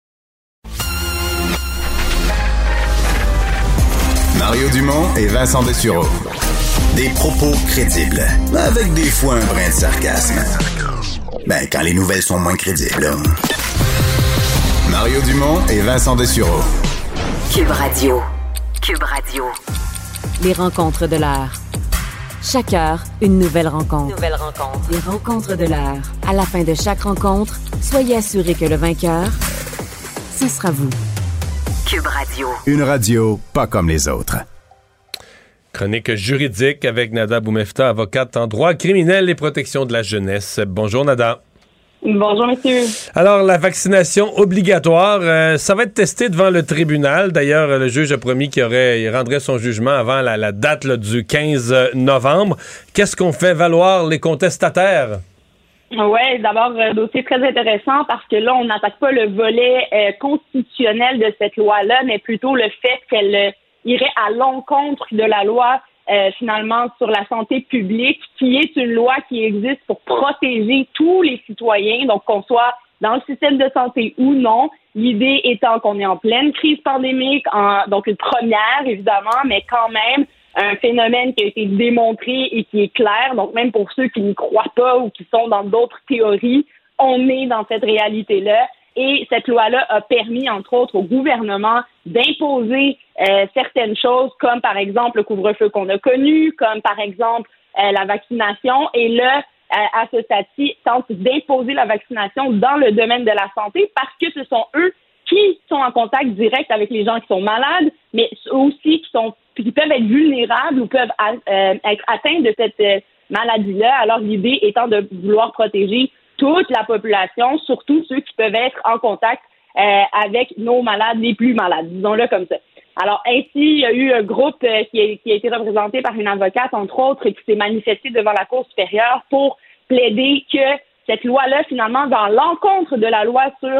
Mario Dumont et Vincent Dessureau. Des propos crédibles, avec des fois un brin de sarcasme. Ben, quand les nouvelles sont moins crédibles, hein. Mario Dumont et Vincent Dessureau. Cube Radio. Cube Radio. Les rencontres de l'heure. Chaque heure, une nouvelle rencontre. Les rencontres de l'heure. À la fin de chaque rencontre, soyez assurés que le vainqueur, ce sera vous. Cube Radio. Une radio pas comme les autres. Chronique juridique avec Nada Boumefta, avocate en droit criminel et protection de la jeunesse. Bonjour Nada. Bonjour, monsieur. Alors, la vaccination obligatoire, ça va être testé devant le tribunal. D'ailleurs, le juge a promis qu'il rendrait son jugement avant la date du 15 novembre. Qu'est-ce qu'on fait valoir les contestataires? Oui, d'abord, dossier très intéressant parce que là, on n'attaque pas le volet constitutionnel de cette loi-là, mais plutôt le fait qu'elle irait à l'encontre de la loi finalement sur la santé publique, qui est une loi qui existe pour protéger tous les citoyens, donc qu'on soit dans le système de santé ou non. L'idée étant qu'on est en pleine crise pandémique, donc une première évidemment, mais quand même un phénomène qui a été démontré et qui est clair. Donc même pour ceux qui n'y croient pas ou qui sont dans d'autres théories, on est dans cette réalité-là. Et cette loi-là a permis, entre autres, au gouvernement d'imposer certaines choses, comme par exemple le couvre-feu qu'on a connu, comme par exemple la vaccination. Et là, à ce stade-ci, tentent d'imposer la vaccination dans le domaine de la santé parce que ce sont eux qui sont en contact direct avec les gens qui sont malades, mais aussi qui peuvent être vulnérables ou peuvent être atteints de cette maladie-là. Alors l'idée étant de vouloir protéger toute la population, surtout ceux qui peuvent être en contact avec nos malades les plus malades, disons-le comme ça. Alors ainsi, il y a eu un groupe qui a été représenté par une avocate, entre autres, qui s'est manifesté devant la Cour supérieure pour plaider que cette loi-là, finalement, va à l'encontre de la loi sur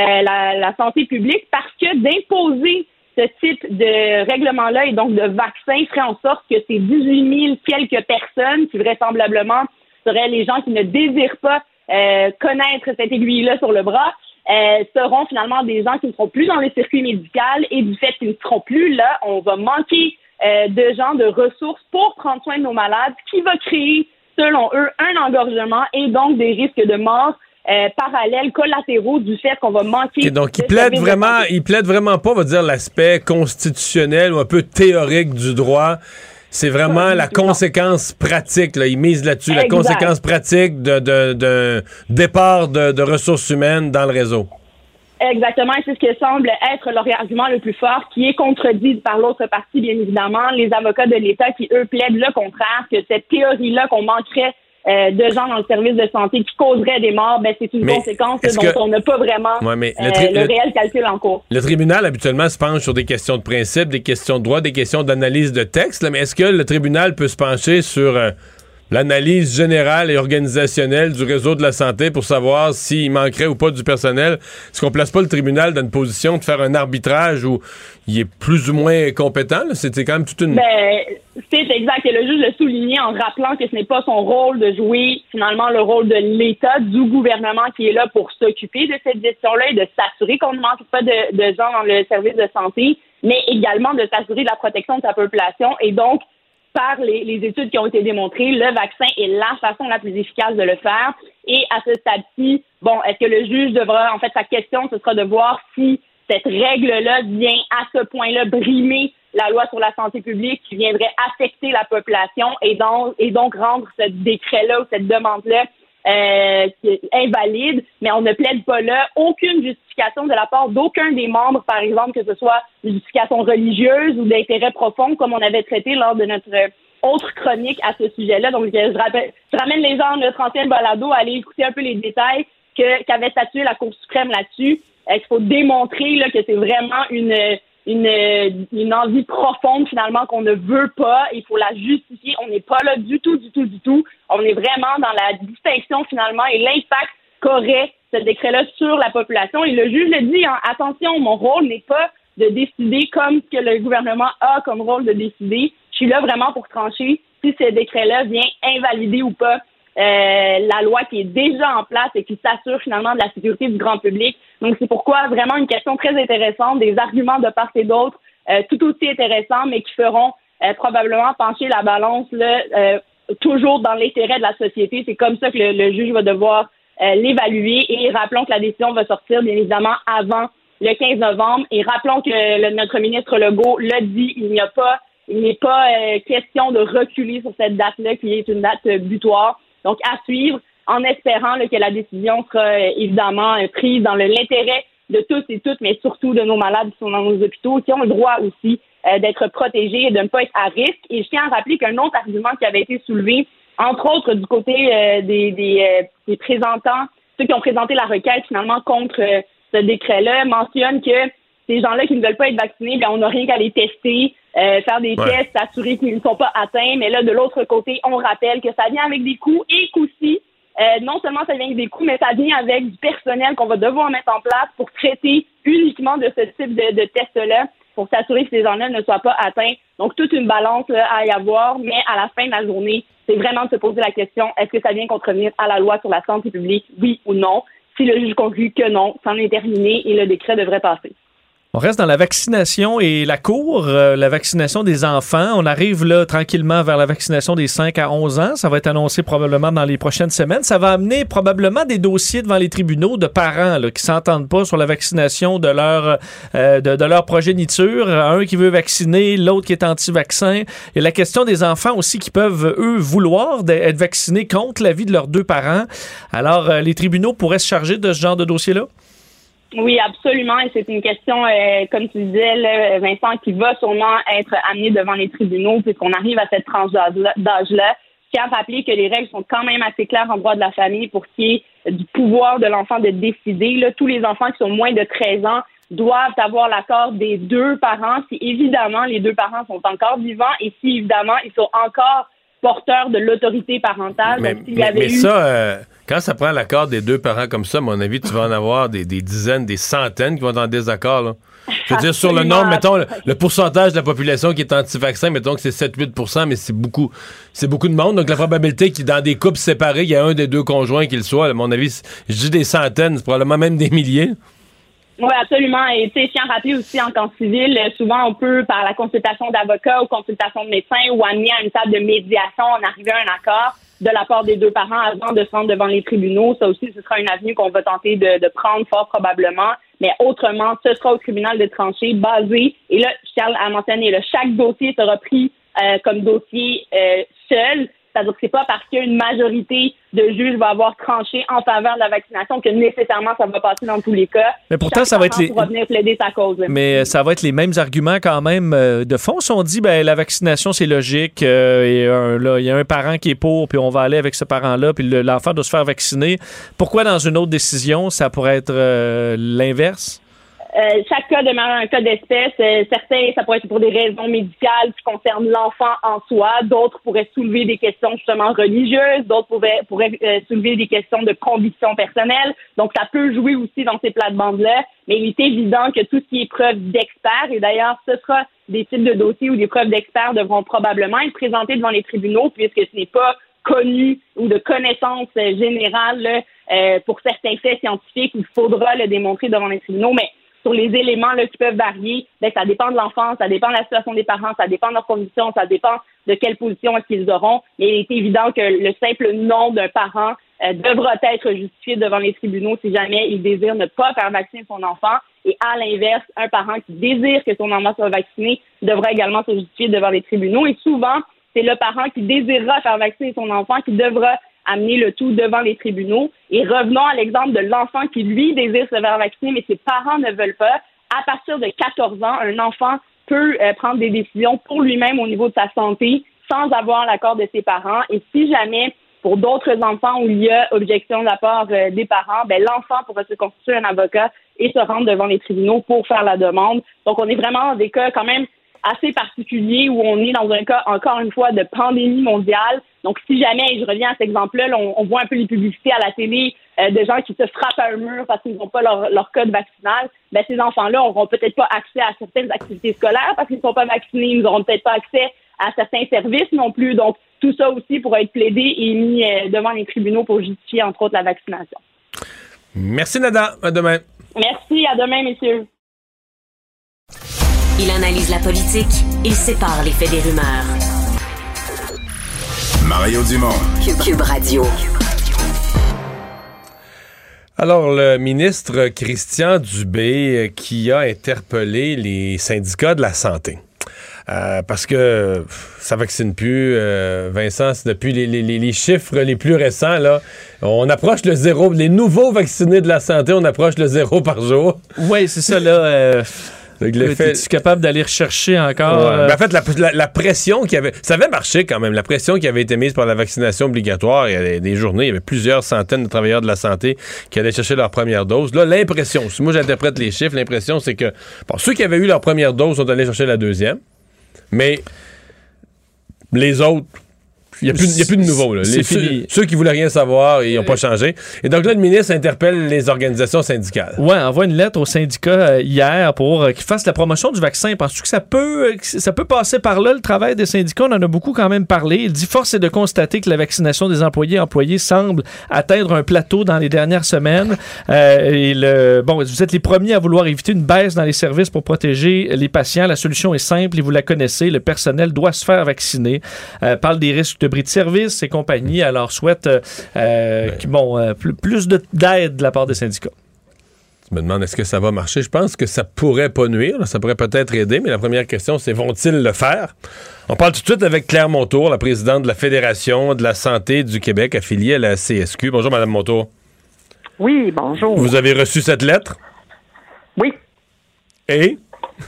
la santé publique, parce que d'imposer ce type de règlement-là et donc de vaccin ferait en sorte que ces 18 000 quelques personnes, qui vraisemblablement seraient les gens qui ne désirent pas connaître cette aiguille-là sur le bras, seront finalement des gens qui ne seront plus dans les circuits médicaux, et du fait qu'ils ne seront plus là, on va manquer de gens, de ressources pour prendre soin de nos malades, ce qui va créer, selon eux, un engorgement et donc des risques de mort parallèles, collatéraux du fait qu'on va manquer. Okay, donc il plaide vraiment pas, on va dire, l'aspect constitutionnel ou un peu théorique du droit. C'est vraiment la conséquence pratique, là. Ils misent là-dessus, exact. La conséquence pratique d'un départ de ressources humaines dans le réseau. Exactement, et c'est ce qui semble être leur argument le plus fort, qui est contredit par l'autre partie, bien évidemment, les avocats de l'État qui, eux, plaident le contraire, que cette théorie-là qu'on manquerait de gens dans le service de santé qui causeraient des morts, c'est une conséquence dont on n'a pas vraiment le réel calcul en cours. Le tribunal, habituellement, se penche sur des questions de principe, des questions de droit, des questions d'analyse de texte, là, mais est-ce que le tribunal peut se pencher sur l'analyse générale et organisationnelle du réseau de la santé pour savoir s'il manquerait ou pas du personnel? Est-ce qu'on place pas le tribunal dans une position de faire un arbitrage où il est plus ou moins compétent? Là? C'était quand même toute une... c'est exact. Et le juge l'a souligné en rappelant que ce n'est pas son rôle de jouer finalement le rôle de l'État, du gouvernement qui est là pour s'occuper de cette gestion-là et de s'assurer qu'on ne manque pas de gens dans le service de santé, mais également de s'assurer de la protection de sa population. Et donc, par les études qui ont été démontrées, le vaccin est la façon la plus efficace de le faire. Et à ce stade-ci, est-ce que le juge devra, en fait, sa question, ce sera de voir si cette règle-là vient à ce point-là brimer la loi sur la santé publique, qui viendrait affecter la population et donc rendre ce décret-là ou cette demande-là invalide, mais on ne plaide pas là aucune justification de la part d'aucun des membres, par exemple, que ce soit une justification religieuse ou d'intérêt profond, comme on avait traité lors de notre autre chronique à ce sujet-là. Donc, je ramène les gens de notre ancienne balado à aller écouter un peu les détails qu'avait statué la Cour suprême là-dessus. Il faut démontrer là, que c'est vraiment une envie profonde, finalement, qu'on ne veut pas. Il faut la justifier. On n'est pas là du tout. On est vraiment dans la distinction, finalement, et l'impact qu'aurait ce décret-là sur la population. Et le juge le dit, attention, mon rôle n'est pas de décider comme ce que le gouvernement a comme rôle de décider. Je suis là vraiment pour trancher si ce décret-là vient invalider ou pas la loi qui est déjà en place et qui s'assure finalement de la sécurité du grand public. Donc c'est pourquoi vraiment une question très intéressante, des arguments de part et d'autre tout aussi intéressants, mais qui feront probablement pencher la balance là, toujours dans l'intérêt de la société. C'est comme ça que le juge va devoir l'évaluer, et rappelons que la décision va sortir bien évidemment avant le 15 novembre, et rappelons que notre ministre Legault l'a dit, il n'est pas question de reculer sur cette date-là qui est une date butoir. Donc, à suivre, en espérant là, que la décision sera évidemment prise dans l'intérêt de tous et toutes, mais surtout de nos malades qui sont dans nos hôpitaux, qui ont le droit aussi d'être protégés et de ne pas être à risque. Et je tiens à rappeler qu'un autre argument qui avait été soulevé, entre autres du côté des présentants, ceux qui ont présenté la requête finalement contre ce décret-là, mentionne que ces gens-là qui ne veulent pas être vaccinés, on n'a rien qu'à les tester, faire des tests, s'assurer qu'ils ne sont pas atteints. Mais là, de l'autre côté, on rappelle que ça vient avec des coûts, et qu'aussi, non seulement ça vient avec des coûts, mais ça vient avec du personnel qu'on va devoir mettre en place pour traiter uniquement de ce type de test-là. pour s'assurer que ces gens-là ne soient pas atteints. Donc, toute une balance là, à y avoir, mais à la fin de la journée, c'est vraiment de se poser la question, est-ce que ça vient contrevenir à la loi sur la santé publique, oui ou non? Si le juge conclut que non, c'en est terminé et le décret devrait passer. On reste dans la vaccination et la cour, la vaccination des enfants. On arrive là tranquillement vers la vaccination des 5 à 11 ans. Ça va être annoncé probablement dans les prochaines semaines. Ça va amener probablement des dossiers devant les tribunaux de parents là, qui s'entendent pas sur la vaccination de leur progéniture. Un qui veut vacciner, l'autre qui est anti-vaccin. Il y a la question des enfants aussi qui peuvent, eux, vouloir être vaccinés contre l'avis de leurs deux parents. Alors, les tribunaux pourraient se charger de ce genre de dossier-là? Oui, absolument. Et c'est une question, comme tu disais, là, Vincent, qui va sûrement être amenée devant les tribunaux puisqu'on arrive à cette tranche d'âge-là. Je tiens à rappeler que les règles sont quand même assez claires en droit de la famille pour qu'il y ait du pouvoir de l'enfant de décider. Là, tous les enfants qui sont moins de 13 ans doivent avoir l'accord des deux parents si, évidemment, les deux parents sont encore vivants et si, évidemment, ils sont encore porteurs de l'autorité parentale. Quand ça prend l'accord des deux parents comme ça, à mon avis, tu vas en avoir des dizaines, des centaines qui vont être en désaccord. Là. Je veux dire, sur le nombre, mettons, le pourcentage de la population qui est anti-vaccin, mettons que c'est 7-8 mais c'est beaucoup de monde. Donc, la probabilité qu'il dans des couples séparés, il y a un des deux conjoints qui le soit, à mon avis, je dis des centaines, c'est probablement même des milliers. Oui, absolument. Et tu sais, je tiens à rappeler aussi en temps civil, souvent on peut, par la consultation d'avocats ou consultation de médecins ou amener à une table de médiation, en arriver à un accord de la part des deux parents avant de se rendre devant les tribunaux. Ça aussi, ce sera une avenue qu'on va tenter de prendre fort probablement. Mais autrement, ce sera au tribunal de trancher, basé. Et là, je tiens à mentionner, là, chaque dossier sera pris comme dossier seul. C'est-à-dire que c'est pas parce qu'une majorité de juges va avoir tranché en faveur de la vaccination que nécessairement ça va passer dans tous les cas. Mais pourtant, ça va être pourra venir plaider sa cause. Mais ça va être les mêmes arguments quand même de fond. Si on dit la vaccination c'est logique, et là il y a un parent qui est pour, puis on va aller avec ce parent-là, puis l'enfant doit se faire vacciner. Pourquoi dans une autre décision ça pourrait être l'inverse? Chaque cas demeure un cas d'espèce. Certains, ça pourrait être pour des raisons médicales qui concernent l'enfant en soi. D'autres pourraient soulever des questions justement religieuses. D'autres pourraient soulever des questions de conviction personnelle. Donc, ça peut jouer aussi dans ces plates-bandes-là. Mais il est évident que tout ce qui est preuve d'experts, et d'ailleurs, ce sera des types de dossiers où des preuves d'experts devront probablement être présentées devant les tribunaux puisque ce n'est pas connu ou de connaissance générale là, pour certains faits scientifiques où il faudra le démontrer devant les tribunaux. Mais sur les éléments là, qui peuvent varier, ça dépend de l'enfant, ça dépend de la situation des parents, ça dépend de leurs conditions, ça dépend de quelle position est-ce qu'ils auront. Mais il est évident que le simple nom d'un parent devra être justifié devant les tribunaux si jamais il désire ne pas faire vacciner son enfant. Et à l'inverse, un parent qui désire que son enfant soit vacciné devra également se justifier devant les tribunaux. Et souvent, c'est le parent qui désirera faire vacciner son enfant qui devra amener le tout devant les tribunaux. Et revenons à l'exemple de l'enfant qui, lui, désire se faire vacciner, mais ses parents ne veulent pas. À partir de 14 ans, un enfant peut prendre des décisions pour lui-même au niveau de sa santé sans avoir l'accord de ses parents. Et si jamais, pour d'autres enfants où il y a objection de la part des parents, l'enfant pourra se constituer un avocat et se rendre devant les tribunaux pour faire la demande. Donc, on est vraiment dans des cas quand même assez particuliers où on est dans un cas, encore une fois, de pandémie mondiale. Donc, si jamais, et je reviens à cet exemple-là, on voit un peu les publicités à la télé de gens qui se frappent à un mur parce qu'ils n'ont pas leur code vaccinal, ces enfants-là n'auront peut-être pas accès à certaines activités scolaires parce qu'ils ne sont pas vaccinés, ils n'auront peut-être pas accès à certains services non plus. Donc, tout ça aussi pourra être plaidé et mis devant les tribunaux pour justifier, entre autres, la vaccination. Merci, Nada. À demain. Merci. À demain, messieurs. Il analyse la politique, il sépare les faits des rumeurs. Mario Dumont. Cube Radio. Alors, le ministre Christian Dubé qui a interpellé les syndicats de la santé. Parce que ça vaccine plus, Vincent, c'est depuis les chiffres les plus récents, là, on approche le zéro. Les nouveaux vaccinés de la santé, on approche le 0 par jour. Oui, c'est ça, là. Es-tu capable d'aller rechercher encore? Ouais. En fait, la pression qui avait... Ça avait marché quand même. La pression qui avait été mise par la vaccination obligatoire, il y avait des journées, il y avait plusieurs centaines de travailleurs de la santé qui allaient chercher leur première dose. Là, l'impression, si moi j'interprète les chiffres, l'impression c'est que ceux qui avaient eu leur première dose sont allés chercher la deuxième, mais les autres, Il n'y a plus de nouveau. Là. Ceux qui voulaient rien savoir, ils n'ont pas changé. Et donc là, le ministre interpelle les organisations syndicales. Oui, envoie une lettre aux syndicats hier pour qu'ils fassent la promotion du vaccin. Penses-tu que ça peut passer par là, le travail des syndicats? On en a beaucoup quand même parlé. Il dit, force est de constater que la vaccination des employés semble atteindre un plateau dans les dernières semaines. Vous êtes les premiers à vouloir éviter une baisse dans les services pour protéger les patients. La solution est simple et vous la connaissez. Le personnel doit se faire vacciner. Parle des risques de bris de service et compagnie. Alors, souhaite plus d'aide de la part des syndicats. Je me demande, est-ce que ça va marcher? Je pense que ça pourrait pas nuire. Ça pourrait peut-être aider, mais la première question, c'est vont-ils le faire? On parle tout de suite avec Claire Montour, la présidente de la Fédération de la santé du Québec, affiliée à la CSQ. Bonjour, Mme Montour. Oui, bonjour. Vous avez reçu cette lettre? Oui. Et?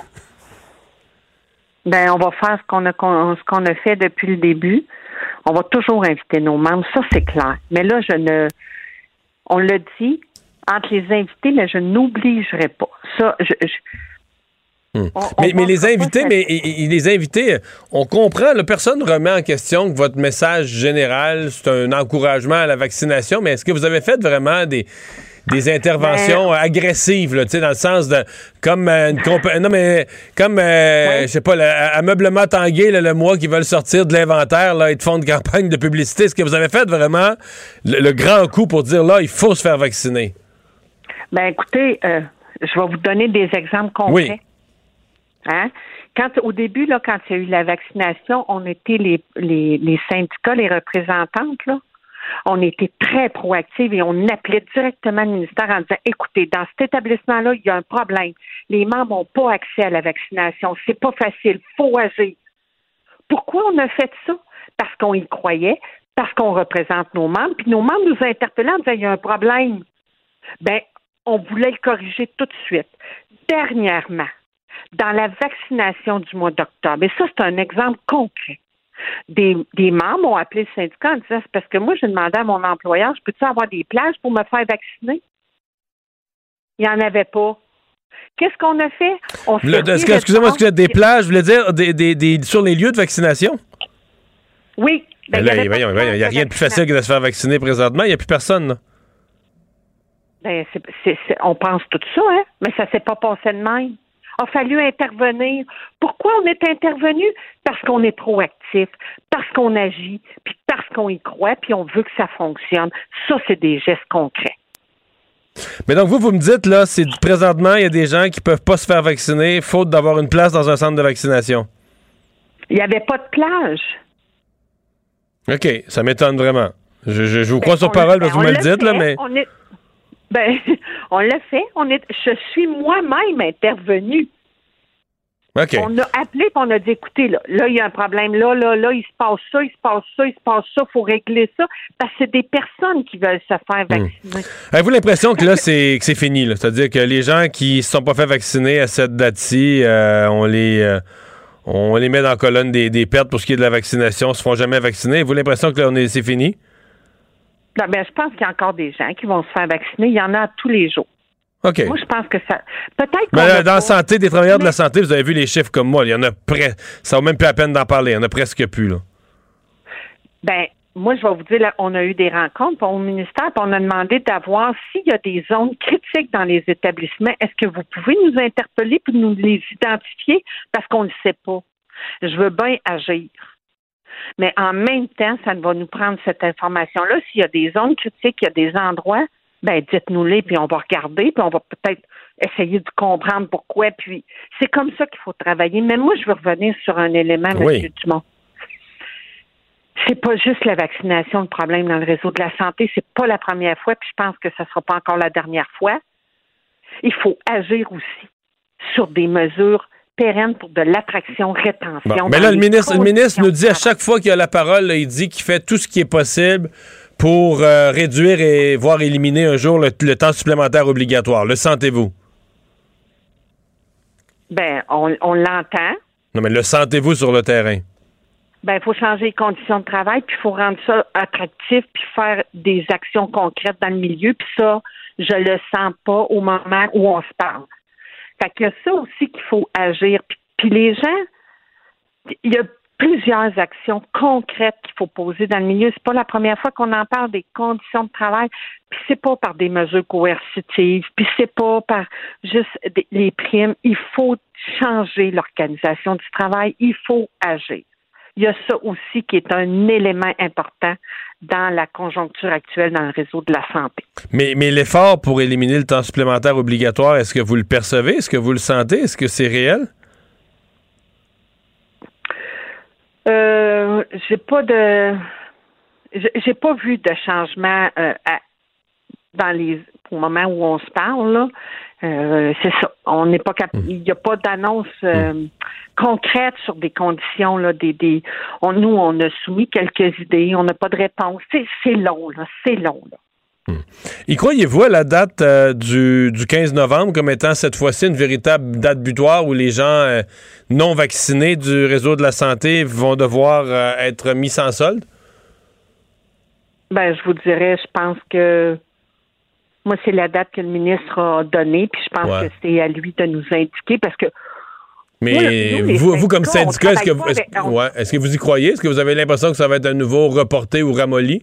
Ben, on va faire ce qu'on a fait depuis le début. On va toujours inviter nos membres, ça c'est clair. Mais là, on l'a dit, entre les invités, mais je n'obligerai pas. Ça, Mais les invités, on comprend, personne ne remet en question que votre message général, c'est un encouragement à la vaccination, mais est-ce que vous avez fait vraiment des interventions agressives, là, dans le sens de je sais pas, Ameublement Tanguay, le mois qu'ils veulent sortir de l'inventaire, là, ils te font une campagne de publicité. Est-ce que vous avez fait vraiment le grand coup pour dire, là, il faut se faire vacciner? Ben, écoutez, je vais vous donner des exemples concrets. Oui. Hein? Au début, là, quand il y a eu la vaccination, on était les syndicats, les représentantes, là, on était très proactifs et on appelait directement le ministère en disant, écoutez, dans cet établissement-là, il y a un problème. Les membres n'ont pas accès à la vaccination. C'est pas facile. Faut agir. Pourquoi on a fait ça? Parce qu'on y croyait, parce qu'on représente nos membres, puis nos membres nous interpellaient en disant, il y a un problème. Ben, on voulait le corriger tout de suite. Dernièrement, dans la vaccination du mois d'octobre, et ça, c'est un exemple concret. Des membres ont appelé le syndicat en disant, c'est parce que moi, j'ai demandé à mon employeur, je peux-tu avoir des plages pour me faire vacciner? Il n'y en avait pas. Qu'est-ce qu'on a fait? Excusez-moi, des plages, vous voulez dire sur les lieux de vaccination? Oui. Ben là, il n'y a rien de plus facile que de se faire vacciner présentement. Il n'y a plus personne, là. Ben, on pense tout ça, hein? Mais ça s'est pas passé de même. Il a fallu intervenir. Pourquoi on est intervenu? Parce qu'on est proactif, parce qu'on agit, puis parce qu'on y croit, puis on veut que ça fonctionne. Ça, c'est des gestes concrets. Mais donc, vous me dites, là, présentement, il y a des gens qui peuvent pas se faire vacciner, faute d'avoir une place dans un centre de vaccination. Il n'y avait pas de plage. OK, ça m'étonne vraiment. Je vous crois sur parole parce que vous me le dites, là, mais... On l'a fait. Je suis moi-même intervenue. OK. On a appelé et on a dit, écoutez, là, il y a un problème, là, il se passe ça, il faut régler ça, parce que c'est des personnes qui veulent se faire vacciner. Avez-vous l'impression que là, que c'est fini, là? C'est-à-dire que les gens qui ne se sont pas fait vacciner à cette date-ci, on les met dans la colonne des pertes pour ce qui est de la vaccination, ne se font jamais vacciner. Avez-vous l'impression que là, c'est fini? Ben, je pense qu'il y a encore des gens qui vont se faire vacciner. Il y en a tous les jours. OK. Moi, je pense que ça... Peut-être qu'on dans la santé, des travailleurs de la santé, vous avez vu les chiffres comme moi. Il y en a ça vaut même plus la peine d'en parler. Il y en a presque plus, là. Ben, moi, je vais vous dire, là, on a eu des rencontres au ministère, puis on a demandé d'avoir, s'il y a des zones critiques dans les établissements, est-ce que vous pouvez nous interpeller puis nous les identifier? Parce qu'on ne le sait pas. Je veux bien agir. Mais en même temps, ça va nous prendre cette information-là. S'il y a des zones critiques, il y a des endroits, ben dites-nous-les, puis on va regarder, puis on va peut-être essayer de comprendre pourquoi. Puis c'est comme ça qu'il faut travailler. Mais moi, je veux revenir sur un élément, M. Dumont. C'est pas juste la vaccination le problème dans le réseau de la santé. C'est pas la première fois, puis je pense que ça sera pas encore la dernière fois. Il faut agir aussi sur des mesures pérenne pour de l'attraction-rétention. Bon, mais là, le ministre nous dit à chaque fois qu'il a la parole, là, il dit qu'il fait tout ce qui est possible pour réduire et voire éliminer un jour le temps supplémentaire obligatoire. Le sentez-vous? Ben, on l'entend. Non, mais le sentez-vous sur le terrain? Ben, il faut changer les conditions de travail, puis il faut rendre ça attractif, puis faire des actions concrètes dans le milieu, puis ça, je le sens pas au moment où on se parle. Fait que ça aussi qu'il faut agir. Puis les gens, il y a plusieurs actions concrètes qu'il faut poser dans le milieu. C'est pas la première fois qu'on en parle des conditions de travail, puis c'est pas par des mesures coercitives, puis c'est pas par juste les primes. Il faut changer l'organisation du travail, il faut agir. Il y a ça aussi qui est un élément important dans la conjoncture actuelle dans le réseau de la santé. Mais l'effort pour éliminer le temps supplémentaire obligatoire, est-ce que vous le percevez? Est-ce que vous le sentez? Est-ce que c'est réel? J'ai pas vu de changement au moment où on se parle, là. C'est ça. On n'est pas il n'y a pas d'annonce concrète sur des conditions, là, nous, on a soumis quelques idées, on n'a pas de réponse. C'est long, là. C'est long, là. Y croyez-vous à la date du 15 novembre comme étant cette fois-ci une véritable date butoir où les gens non vaccinés du réseau de la santé vont devoir être mis sans solde? Ben, je vous dirais, je pense que moi, c'est la date que le ministre a donnée, puis je pense que c'est à lui de nous indiquer, parce que... Mais vous comme syndicat, est-ce que vous y croyez? Est-ce que vous avez l'impression que ça va être à nouveau reporté ou ramolli?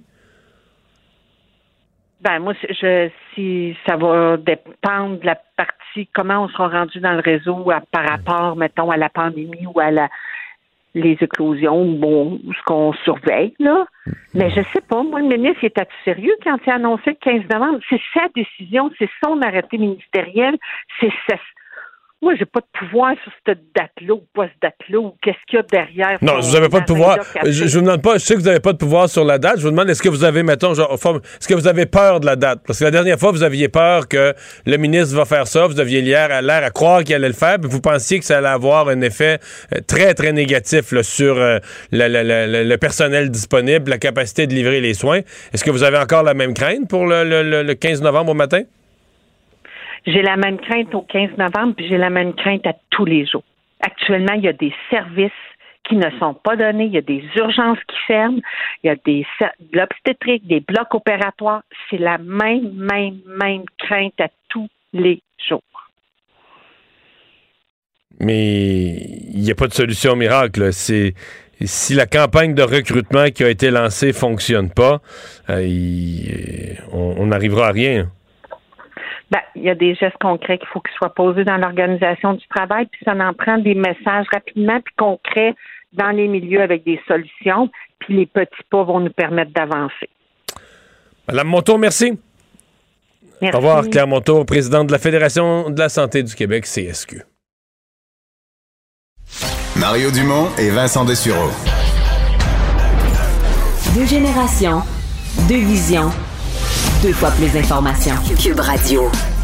Ben, moi, si ça va dépendre de la partie, comment on sera rendu dans le réseau par rapport, mettons, à la pandémie ou à les éclosions, ce qu'on surveille, là. Mais je sais pas, moi, le ministre, il était sérieux quand il a annoncé le 15 novembre. C'est sa décision, c'est son arrêté ministériel, Moi, j'ai pas de pouvoir sur cette date-là ou pas cette date-là ou qu'est-ce qu'il y a derrière. Non, vous n'avez pas de pouvoir. Je vous demande pas, je sais que vous n'avez pas de pouvoir sur la date. Je vous demande, est-ce que vous avez, mettons, est-ce que vous avez peur de la date? Parce que la dernière fois, vous aviez peur que le ministre va faire ça. Vous aviez l'air à croire qu'il allait le faire, puis vous pensiez que ça allait avoir un effet très, très négatif là, sur le personnel disponible, la capacité de livrer les soins. Est-ce que vous avez encore la même crainte pour le 15 novembre au matin? J'ai la même crainte au 15 novembre, puis j'ai la même crainte à tous les jours. Actuellement, il y a des services qui ne sont pas donnés, il y a des urgences qui ferment, il y a de l'obstétrique, des blocs opératoires. C'est la même crainte à tous les jours. Mais il n'y a pas de solution miracle. Si la campagne de recrutement qui a été lancée ne fonctionne pas, on n'arrivera à rien. Ben, il y a des gestes concrets qu'il faut qu'ils soient posés dans l'organisation du travail, puis ça en prend des messages rapidement puis concrets dans les milieux avec des solutions, puis les petits pas vont nous permettre d'avancer. Madame Montour, merci. Merci. Au revoir, Claire Montour, présidente de la Fédération de la santé du Québec, CSQ. Mario Dumont et Vincent Dessureau. Deux générations, deux visions, deux fois plus d'informations. Cube Radio.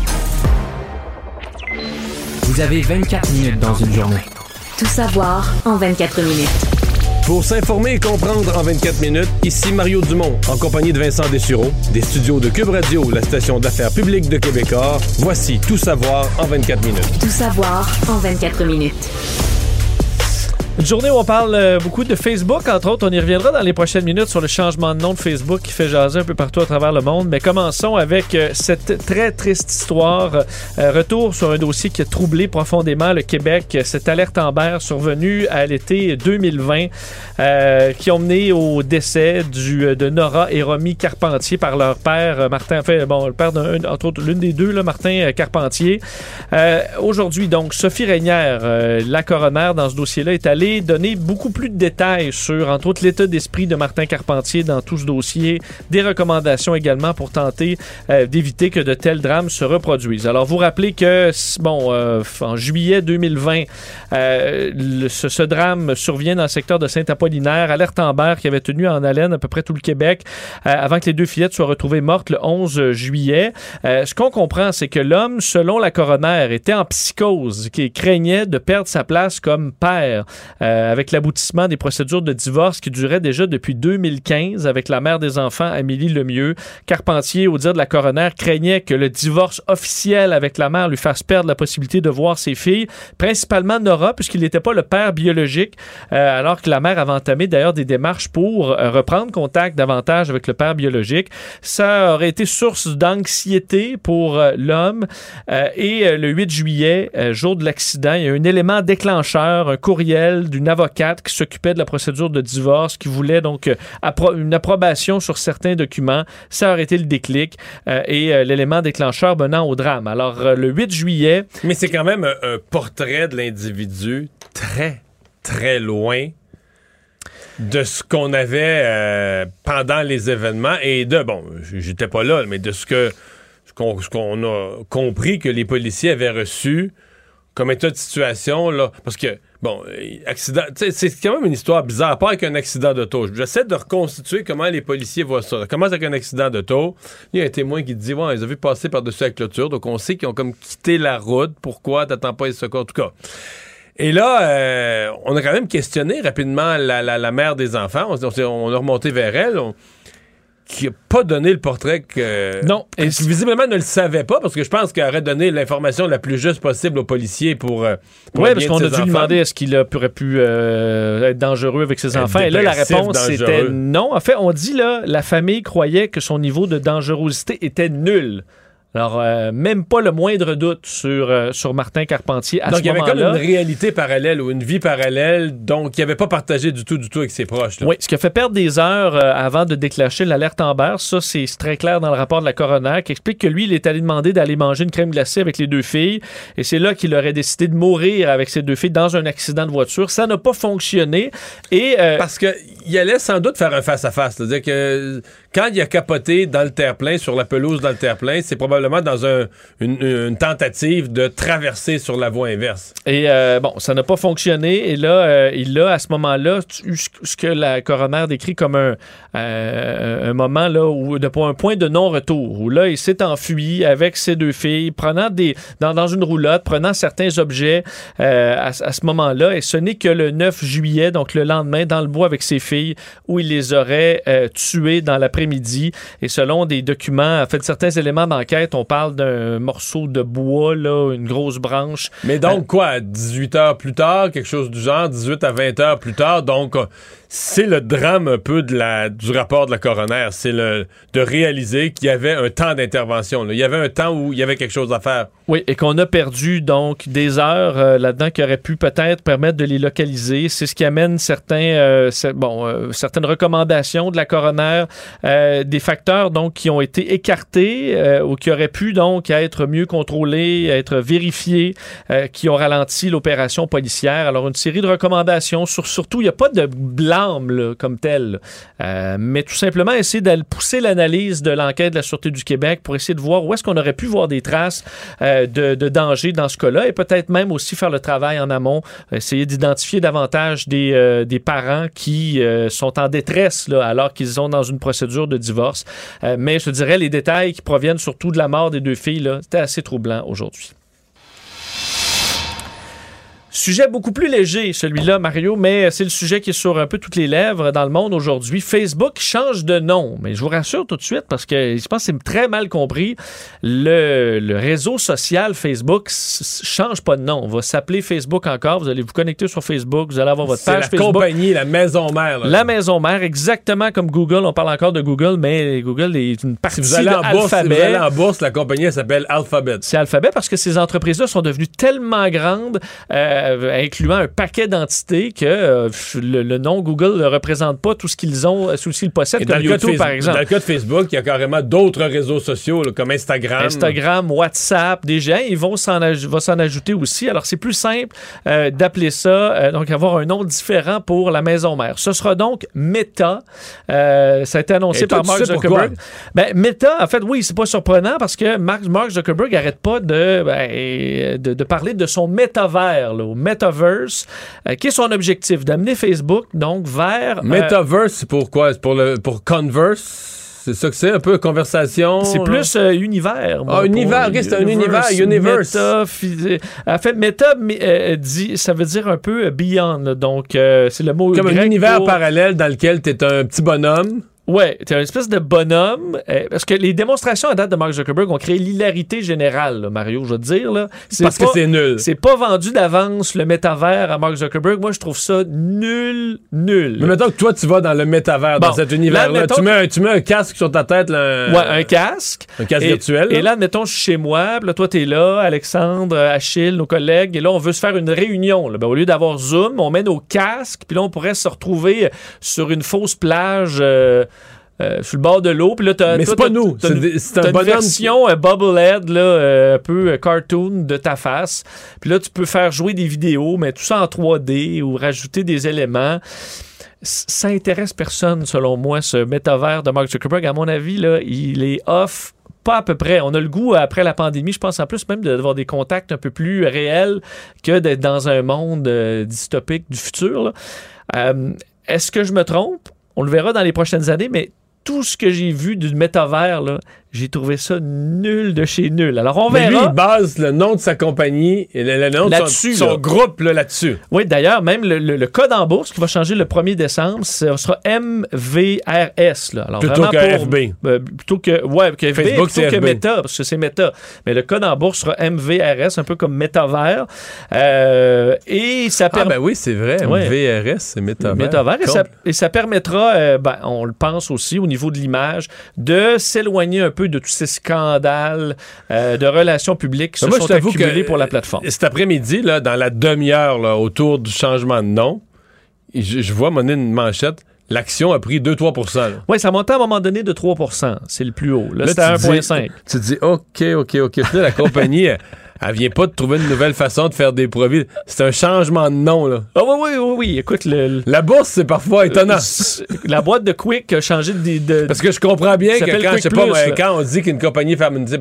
Vous avez 24 minutes dans une journée. Tout savoir en 24 minutes. Pour s'informer et comprendre en 24 minutes, ici Mario Dumont, en compagnie de Vincent Dessureau, des studios de Cube Radio, la station d'affaires publique de Québécois. Voici Tout savoir en 24 minutes. Tout savoir en 24 minutes. Une journée où on parle beaucoup de Facebook, entre autres. On y reviendra dans les prochaines minutes sur le changement de nom de Facebook qui fait jaser un peu partout à travers le monde. Mais commençons avec cette très triste histoire. Retour sur un dossier qui a troublé profondément le Québec. Cette alerte Amber survenue à l'été 2020 qui ont mené au décès de Nora et Romy Carpentier par leur père, Martin. Enfin, le père entre autres, l'une des deux, là, Martin Carpentier. Aujourd'hui, donc, Sophie Reynière, la coroner dans ce dossier-là, est allée donner beaucoup plus de détails sur, entre autres, l'état d'esprit de Martin Carpentier dans tout ce dossier, des recommandations également pour tenter d'éviter que de tels drames se reproduisent. Alors, vous rappelez que, en juillet 2020, ce drame survient dans le secteur de Saint-Apollinaire, alerte Amber qui avait tenu en haleine à peu près tout le Québec avant que les deux fillettes soient retrouvées mortes le 11 juillet. Ce qu'on comprend, c'est que l'homme, selon la coroner, était en psychose, qui craignait de perdre sa place comme père. Avec l'aboutissement des procédures de divorce qui duraient déjà depuis 2015 avec la mère des enfants, Amélie Lemieux. Carpentier, au dire de la coroner, craignait que le divorce officiel avec la mère lui fasse perdre la possibilité de voir ses filles, principalement Nora, puisqu'il n'était pas le père biologique, alors que la mère avait entamé d'ailleurs des démarches pour reprendre contact davantage avec le père biologique. Ça aurait été source d'anxiété pour l'homme. Et le 8 juillet, jour de l'accident, il y a un élément déclencheur, un courriel celle d'une avocate qui s'occupait de la procédure de divorce, qui voulait donc une approbation sur certains documents. Ça aurait été le déclic et l'élément déclencheur menant au drame. Alors, le 8 juillet... Mais c'est quand même un portrait de l'individu très, très loin de ce qu'on avait pendant les événements et j'étais pas là, mais de ce qu'on a compris que les policiers avaient reçu comme état de situation, là, parce que, accident, c'est quand même une histoire bizarre, pas avec un accident d'auto. J'essaie de reconstituer comment les policiers voient ça. Ça commence avec un accident d'auto. Il y a un témoin qui dit, ils ont vu passer par-dessus la clôture, donc on sait qu'ils ont comme quitté la route. Pourquoi t'attends pas les secours? En tout cas. Et là, on a quand même questionné rapidement la mère des enfants. On a remonté vers elle. Qui n'a pas donné le portrait que... Non. Et qui visiblement ne le savait pas, parce que je pense qu'elle aurait donné l'information la plus juste possible aux policiers pour oui, parce qu'on a dû lui demander est-ce qu'il aurait pu être dangereux avec ses enfants. Et là, la réponse, c'était non. En fait, on dit, là, la famille croyait que son niveau de dangerosité était nul. Alors, même pas le moindre doute sur Martin Carpentier à ce moment-là. Donc, il y avait comme une réalité parallèle ou une vie parallèle, donc il n'avait pas partagé du tout avec ses proches. Là. Oui, ce qui a fait perdre des heures avant de déclencher l'alerte Amber. Ça, c'est très clair dans le rapport de la coroner, qui explique que lui, il est allé demander d'aller manger une crème glacée avec les deux filles, et c'est là qu'il aurait décidé de mourir avec ses deux filles dans un accident de voiture. Ça n'a pas fonctionné. Et parce qu'il allait sans doute faire un face-à-face. C'est-à-dire que quand il a capoté dans le terre-plein, sur la pelouse dans le terre-plein, c'est probablement dans une tentative de traverser sur la voie inverse. Et ça n'a pas fonctionné. Et là, il a, à ce moment-là, eu ce que la coroner décrit comme un moment là, où, un point de non-retour, où là, il s'est enfui avec ses deux filles, prenant dans une roulotte, prenant certains objets à ce moment-là. Et ce n'est que le 9 juillet, donc le lendemain, dans le bois avec ses filles, où il les aurait tuées dans l'après-midi. Et selon des documents, en fait, certains éléments d'enquête, on parle d'un morceau de bois, là, une grosse branche. Mais donc, quoi, 18 heures plus tard, quelque chose du genre, 18 à 20 heures plus tard, donc c'est le drame un peu du rapport de la coroner, c'est de réaliser qu'il y avait un temps d'intervention. Là. Il y avait un temps où il y avait quelque chose à faire. Oui, et qu'on a perdu donc des heures là-dedans qui auraient pu peut-être permettre de les localiser. C'est ce qui amène certaines recommandations de la coroner, des facteurs donc qui ont été écartés ou qui auraient pu donc être mieux contrôlés, être vérifiés, qui ont ralenti l'opération policière. Alors une série de recommandations surtout, il n'y a pas de blâme là, comme tel, mais tout simplement essayer de pousser l'analyse de l'enquête de la Sûreté du Québec pour essayer de voir où est-ce qu'on aurait pu voir des traces de danger dans ce cas-là et peut-être même aussi faire le travail en amont, essayer d'identifier davantage des parents qui sont en détresse là, alors qu'ils sont dans une procédure de divorce. Mais je te dirais, les détails qui proviennent surtout de la mort des deux filles, là, c'était assez troublant aujourd'hui. Sujet beaucoup plus léger, celui-là, Mario, mais c'est le sujet qui est sur un peu toutes les lèvres dans le monde aujourd'hui. Facebook change de nom, mais je vous rassure tout de suite parce que je pense que c'est très mal compris. Le réseau social Facebook change pas de nom. On va s'appeler Facebook encore. Vous allez vous connecter sur Facebook. Vous allez avoir votre page Facebook. C'est la compagnie, la maison mère. Là. La maison mère, exactement comme Google. On parle encore de Google, mais Google est une partie de Alphabet. Si vous allez en bourse, la compagnie elle s'appelle Alphabet. C'est Alphabet parce que ces entreprises-là sont devenues tellement grandes, incluant un paquet d'entités que le nom Google ne représente pas tout ce qu'ils ont, tout ce qu'ils possèdent, comme YouTube, par exemple. Dans le cas de Facebook, il y a carrément d'autres réseaux sociaux, là, comme Instagram, WhatsApp, des gens, ils vont s'en ajouter aussi. Alors, c'est plus simple d'appeler ça, donc avoir un nom différent pour la maison mère. Ce sera donc Meta. Ça a été annoncé par Mark Zuckerberg. Meta, en fait, oui, c'est pas surprenant parce que Mark Zuckerberg n'arrête pas de parler de son métavers, là, au Metaverse, qui est son objectif, d'amener Facebook donc vers... Metaverse, c'est pour quoi? C'est pour Converse? C'est ça que c'est, un peu conversation? C'est plus univers. Univers, c'est un univers, universe. En fait, Meta ça veut dire un peu beyond, donc c'est le mot comme grec un univers parallèle dans lequel t'es un petit bonhomme. Ouais, t'es une espèce de bonhomme. Parce que les démonstrations à date de Mark Zuckerberg ont créé l'hilarité générale, là, Mario, je veux te dire. Là. Parce que c'est nul. C'est pas vendu d'avance, le métavers à Mark Zuckerberg. Moi, je trouve ça nul. Mais mettons que toi, tu vas dans le métavers, dans cet univers-là. Tu mets un casque sur ta tête. Là, un casque. Un casque virtuel. Et là, admettons, je suis chez moi. Puis là, toi, t'es là, Alexandre, Achille, nos collègues. Et là, on veut se faire une réunion. Là. Ben, au lieu d'avoir Zoom, on met nos casques. Puis là, on pourrait se retrouver sur une fausse plage... sur le bord de l'eau, puis là, mais c'est pas nous, c'est un bonhomme. Une version Bubblehead, là, un peu cartoon de ta face. Puis là, tu peux faire jouer des vidéos, mais tout ça en 3D ou rajouter des éléments. Ça intéresse personne, selon moi, ce métavers de Mark Zuckerberg. À mon avis, là, il est off. Pas à peu près. On a le goût, après la pandémie, je pense en plus même d'avoir des contacts un peu plus réels que d'être dans un monde dystopique du futur. Là. Est-ce que je me trompe? On le verra dans les prochaines années, mais tout ce que j'ai vu du métavers, là, j'ai trouvé ça nul de chez nul. Alors, on verra. Mais lui, il base le nom de sa compagnie et le nom de son groupe là-dessus. Oui, d'ailleurs, même le code en bourse qui va changer le 1er décembre, ça sera MVRS. Là. Alors, plutôt que FB. Plutôt que FB, Facebook, plutôt que FB. Meta, parce que c'est Meta. Mais le code en bourse sera MVRS, un peu comme métavers. Et ça permet... Ah ben oui, c'est vrai. MVRS, c'est métavers. Métavers. Et ça permettra, on le pense aussi, au niveau de l'image, de s'éloigner un peu de tous ces scandales de relations publiques qui se sont accumulés pour la plateforme. Cet après-midi, là, dans la demi-heure là, autour du changement de nom, je vois une manchette. L'action a pris 2-3%. Oui, ça montait à un moment donné de 3%. C'est le plus haut. Là c'était 1,5. Tu te dis, OK. Là, la compagnie... Elle vient pas de trouver une nouvelle façon de faire des profits. C'est un changement de nom, là. Ah oui. Écoute, la bourse, c'est parfois étonnant. La boîte de Quick a changé de... Parce que je comprends bien que quand on dit qu'une compagnie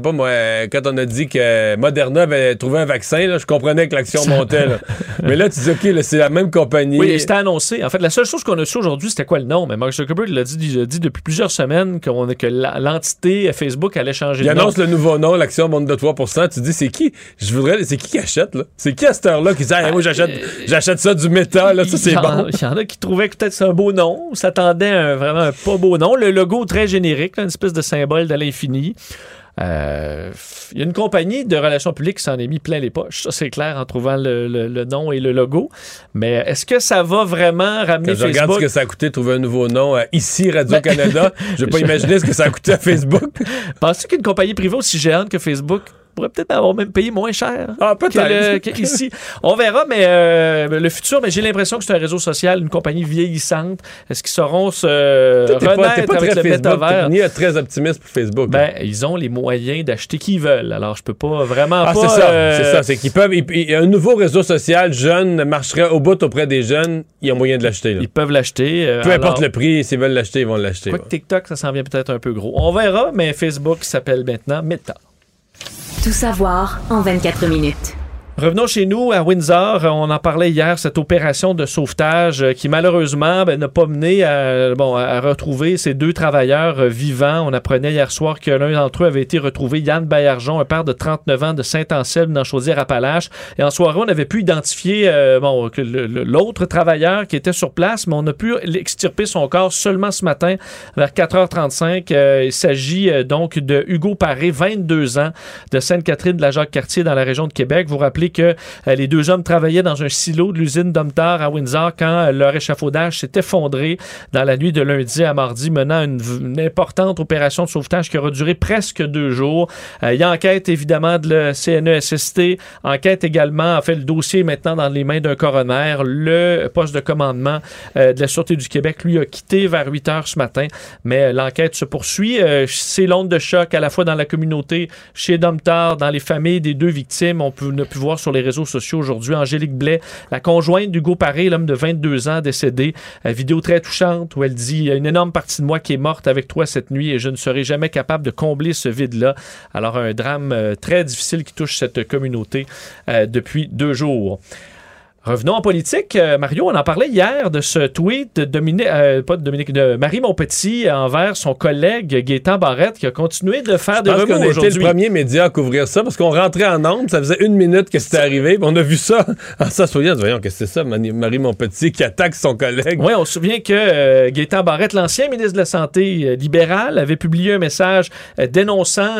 quand on a dit que Moderna avait trouvé un vaccin, là, je comprenais que l'action montait, là. Mais là, tu dis, OK, là, c'est la même compagnie. Oui, c'était annoncé. En fait, la seule chose qu'on a su aujourd'hui, c'était quoi le nom? Mais Mark Zuckerberg l'a dit depuis plusieurs semaines que l'entité Facebook allait changer de nom. Il annonce le nouveau nom, l'action monte de 3%. Tu dis, c'est qui? C'est qui achète, là? C'est qui à cette heure-là qui dit, moi, j'achète ça du méta, là, ça, c'est bon. Il y en a qui trouvaient que peut-être c'est un beau nom, s'attendaient à vraiment un pas beau nom. Le logo très générique, là, une espèce de symbole de l'infini. Il y a une compagnie de relations publiques qui s'en est mis plein les poches. Ça, c'est clair en trouvant le nom et le logo. Mais est-ce que ça va vraiment ramener Facebook? Je regarde ce que ça a coûté de trouver un nouveau nom ici, Radio-Canada. Je vais pas imaginer ce que ça a coûté à Facebook. Penses-tu qu'une compagnie privée aussi géante que Facebook pourrait peut-être avoir même payé moins cher qu'ici. On verra, mais le futur, j'ai l'impression que c'est un réseau social, une compagnie vieillissante. Est-ce qu'ils sauront se renaître avec le métavers? Ni très optimiste pour Facebook. Ils ont les moyens d'acheter qui ils veulent. Alors, je peux pas vraiment pas... C'est ça. C'est qu'ils peuvent... un nouveau réseau social jeune marcherait au bout auprès des jeunes. Ils ont moyen de l'acheter. Là. Ils peuvent l'acheter. Peu importe le prix, s'ils veulent l'acheter, ils vont l'acheter. Quoique TikTok, ça s'en vient peut-être un peu gros. On verra, mais Facebook s'appelle maintenant Meta. Tout savoir en 24 minutes. Revenons chez nous à Windsor. On en parlait hier, cette opération de sauvetage qui malheureusement n'a pas mené à retrouver ces 2 travailleurs vivants. On apprenait hier soir que l'un d'entre eux avait été retrouvé, Yann Baillargeon, un père de 39 ans de Saint-Anselme dans Chaudière-Appalaches. Et en soirée, on avait pu identifier l'autre travailleur qui était sur place, mais on a pu extirper son corps seulement ce matin vers 4h35. Il s'agit donc de Hugo Paré, 22 ans, de Sainte-Catherine de la Jacques-Cartier dans la région de Québec. Vous rappelez que les 2 hommes travaillaient dans un silo de l'usine Domtar à Windsor quand leur échafaudage s'est effondré dans la nuit de lundi à mardi, menant à une importante opération de sauvetage qui aura duré presque 2 jours. Il y a enquête évidemment de le CNESST, enquête également, en fait le dossier est maintenant dans les mains d'un coroner. Le poste de commandement de la Sûreté du Québec, lui, a quitté vers 8h ce matin, mais l'enquête se poursuit. C'est l'onde de choc à la fois dans la communauté, chez Domtar, dans les familles des 2 victimes. On a pu voir sur les réseaux sociaux aujourd'hui Angélique Blais, la conjointe d'Hugo Paré, l'homme de 22 ans décédé. Vidéo très touchante où elle dit « Il y a une énorme partie de moi qui est morte avec toi cette nuit et je ne serai jamais capable de combler ce vide-là. » Alors un drame très difficile qui touche cette communauté depuis 2 jours. Revenons en politique. Mario, on en parlait hier de ce tweet de Marie Montpetit envers son collègue Gaétan Barrette qui a continué de faire des remous aujourd'hui. On était le premier média à couvrir ça parce qu'on rentrait en ondes, ça faisait 1 minute que c'était arrivé, puis on a vu ça en s'assoyant. Voyons, qu'est-ce que c'est ça, Marie Montpetit qui attaque son collègue. Oui, on se souvient que Gaétan Barrette, l'ancien ministre de la Santé libéral, avait publié un message dénonçant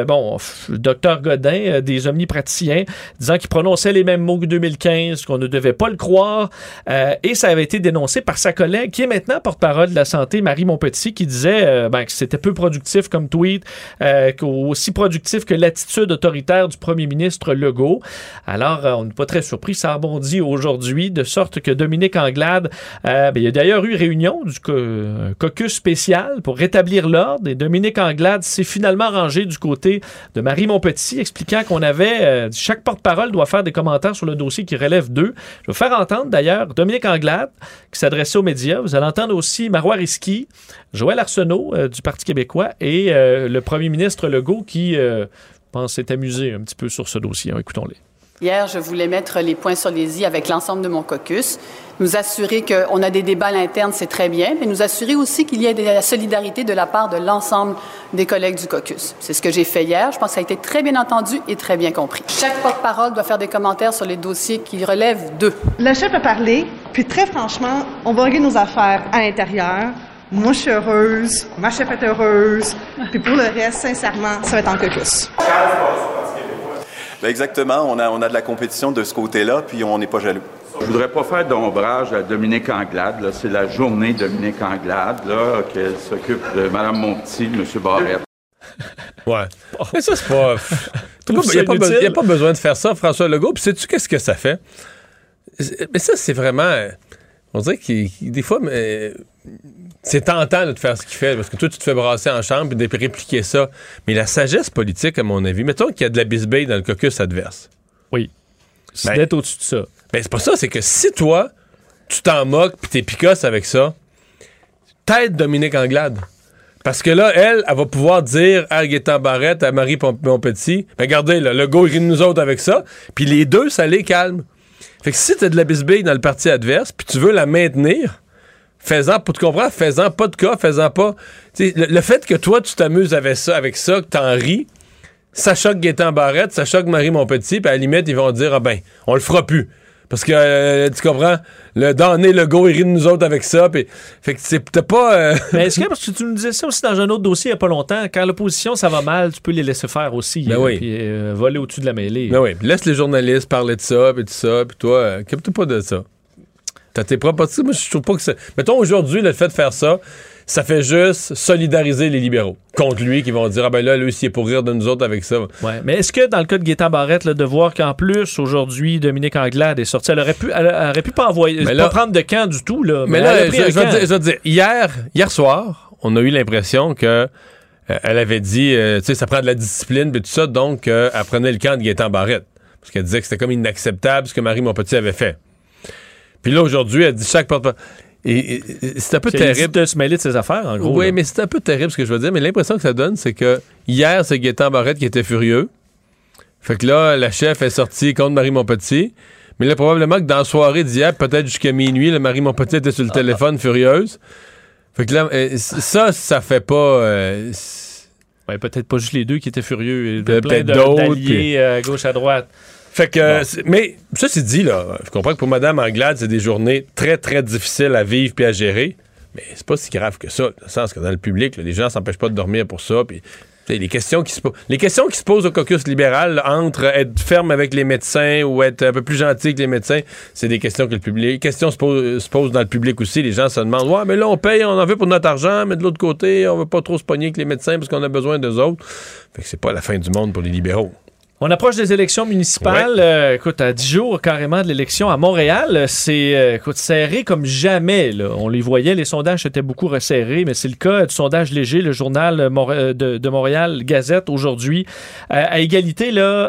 Dr Godin, des omnipraticiens, disant qu'il prononçait les mêmes mots que 2015, qu'on ne devait pas le croire, et ça avait été dénoncé par sa collègue qui est maintenant porte-parole de la santé, Marie Montpetit, qui disait que c'était peu productif comme tweet, aussi productif que l'attitude autoritaire du premier ministre Legault. Alors, on n'est pas très surpris, ça rebondit aujourd'hui, de sorte que Dominique Anglade, il y a d'ailleurs eu réunion du caucus spécial pour rétablir l'ordre, et Dominique Anglade s'est finalement rangé du côté de Marie Montpetit, expliquant qu'on avait, chaque porte-parole doit faire des commentaires sur le dossier qui relève d'eux. Je vais faire entendre d'ailleurs Dominique Anglade qui s'adressait aux médias. Vous allez entendre aussi Marois Risky, Joël Arsenault du Parti québécois et le premier ministre Legault qui, je pense, s'est amusé un petit peu sur ce dossier. Écoutons-les. Hier, je voulais mettre les points sur les i avec l'ensemble de mon caucus. Nous assurer qu'on a des débats à l'interne, c'est très bien, mais nous assurer aussi qu'il y ait de la solidarité de la part de l'ensemble des collègues du caucus. C'est ce que j'ai fait hier. Je pense que ça a été très bien entendu et très bien compris. Chaque porte-parole doit faire des commentaires sur les dossiers qui relèvent d'eux. Le chef a parlé, puis très franchement, on va régler nos affaires à l'intérieur. Moi, je suis heureuse, ma chef est heureuse, puis pour le reste, sincèrement, ça va être en caucus. Bien exactement, on a de la compétition de ce côté-là, puis on n'est pas jaloux. Je voudrais pas faire d'ombrage à Dominique Anglade. Là. C'est la journée Dominique Anglade, là, qu'elle s'occupe de Mme Montpetit, de M. Barrette. Ouais. Mais ça, c'est pas... Il n'y a pas besoin de faire ça, François Legault. Puis sais-tu qu'est-ce que ça fait? Mais ça, c'est vraiment... On dirait que des fois... c'est tentant de faire ce qu'il fait, parce que toi, tu te fais brasser en chambre et de répliquer ça. Mais la sagesse politique, à mon avis, mettons qu'il y a de la bisbille dans le caucus adverse. Oui. C'est d'être au-dessus de ça. Ben, c'est pas ça, c'est que si toi, tu t'en moques pis t'es picosse avec ça, t'aides Dominique Anglade. Parce que là, elle va pouvoir dire à Gaétan Barrette, à Marie Montpetit, ben regardez, là, le gars, il rit de nous autres avec ça, puis les deux, ça les calme. Fait que si t'as de la bisbille dans le parti adverse, puis tu veux la maintenir, fais-en pas de cas, fais-en pas... Le fait que toi, tu t'amuses avec ça, que t'en ris, ça choque Gaétan Barrette, ça choque Marie Montpetit, puis à la limite, ils vont dire, on le fera plus. Parce que, tu comprends, le damné Legault, il rit de nous autres avec ça, puis fait que c'est peut-être pas... Mais est-ce que, parce que tu nous disais ça aussi dans un autre dossier il n'y a pas longtemps, quand l'opposition, ça va mal, tu peux les laisser faire aussi, puis voler au-dessus de la mêlée. Ben oui, laisse les journalistes parler de ça, puis tout ça, puis toi, capte pas de ça. T'as tes propres... Moi, je trouve pas que c'est... Mettons, aujourd'hui, le fait de faire ça, ça fait juste solidariser les libéraux contre lui, qui vont dire, là, lui, s'il est pour rire de nous autres avec ça. Ouais, mais est-ce que, dans le cas de Gaétan Barrette, là, de voir qu'en plus, aujourd'hui, Dominique Anglade est sortie, elle aurait pu pas envoyer, pas prendre de camp du tout, là. Mais là, je veux dire, hier soir, on a eu l'impression que elle avait dit, tu sais, ça prend de la discipline, et tout ça, donc, elle prenait le camp de Gaétan Barrette. Parce qu'elle disait que c'était comme inacceptable ce que Marie Montpetit avait fait. Puis là, aujourd'hui, elle dit chaque porte-parole. Et c'est un peu terrible de se mêler de ses affaires, en gros. Oui, là. mais c'est un peu terrible ce que je veux dire. Mais l'impression que ça donne, c'est que hier, c'est Gaétan Barrette qui était furieux. Fait que là, la chef est sortie contre Marie Montpetit. Mais là, probablement que dans la soirée d'hier, peut-être jusqu'à minuit, là, Marie Montpetit était sur le téléphone furieuse. Fait que là, ça fait pas... Ouais, peut-être pas juste les deux qui étaient furieux. Peut-être d'autres. D'alliés à gauche, à droite. Fait que, mais ça c'est dit, là, je comprends que pour Mme Anglade, c'est des journées très, très difficiles à vivre puis à gérer, mais c'est pas si grave que ça, dans le sens que dans le public, là, les gens s'empêchent pas de dormir pour ça, puis les questions qui se posent au caucus libéral, là, entre être ferme avec les médecins ou être un peu plus gentil que les médecins, c'est des questions que le public... Les questions se posent dans le public aussi, les gens se demandent, ouais, mais là, on paye, on en veut pour notre argent, mais de l'autre côté, on veut pas trop se pogner avec les médecins parce qu'on a besoin d'eux autres. Fait que c'est pas la fin du monde pour les libéraux. On approche des élections municipales. Ouais. Écoute, à 10 jours carrément de l'élection à Montréal, c'est serré comme jamais. Là. On les voyait, les sondages étaient beaucoup resserrés, mais c'est le cas du sondage léger, le journal de Montréal Gazette aujourd'hui. À égalité, là,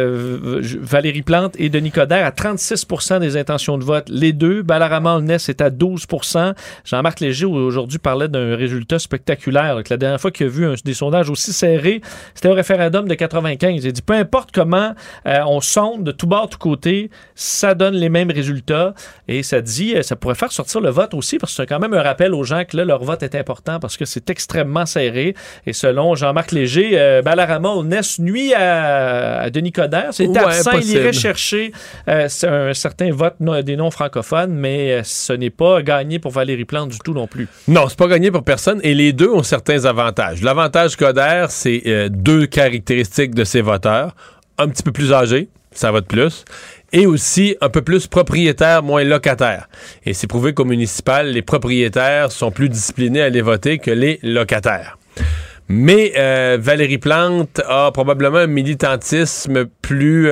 Valérie Plante et Denis Coderre à 36% des intentions de vote. Les deux, Balarama-Holness est à 12%. Jean-Marc Léger aujourd'hui parlait d'un résultat spectaculaire. Là, que la dernière fois qu'il a vu des sondages aussi serrés, c'était au référendum de 95. Il a dit, peu importe importe comment on sonde de tout bord, tout côté, ça donne les mêmes résultats. Et ça pourrait faire sortir le vote aussi, parce que c'est quand même un rappel aux gens que là, leur vote est important parce que c'est extrêmement serré. Et selon Jean-Marc Léger, Balarama Holness nuit à Denis Coderre. C'est absent, il irait chercher un certain vote des non-francophones, mais ce n'est pas gagné pour Valérie Plante du tout non plus. Non, c'est pas gagné pour personne et les deux ont certains avantages. L'avantage Coderre, c'est deux caractéristiques de ses voteurs. Un petit peu plus âgés, ça vote plus, et aussi un peu plus propriétaires, moins locataires. Et c'est prouvé qu'au municipal, les propriétaires sont plus disciplinés à aller voter que les locataires. Mais Valérie Plante a probablement un militantisme plus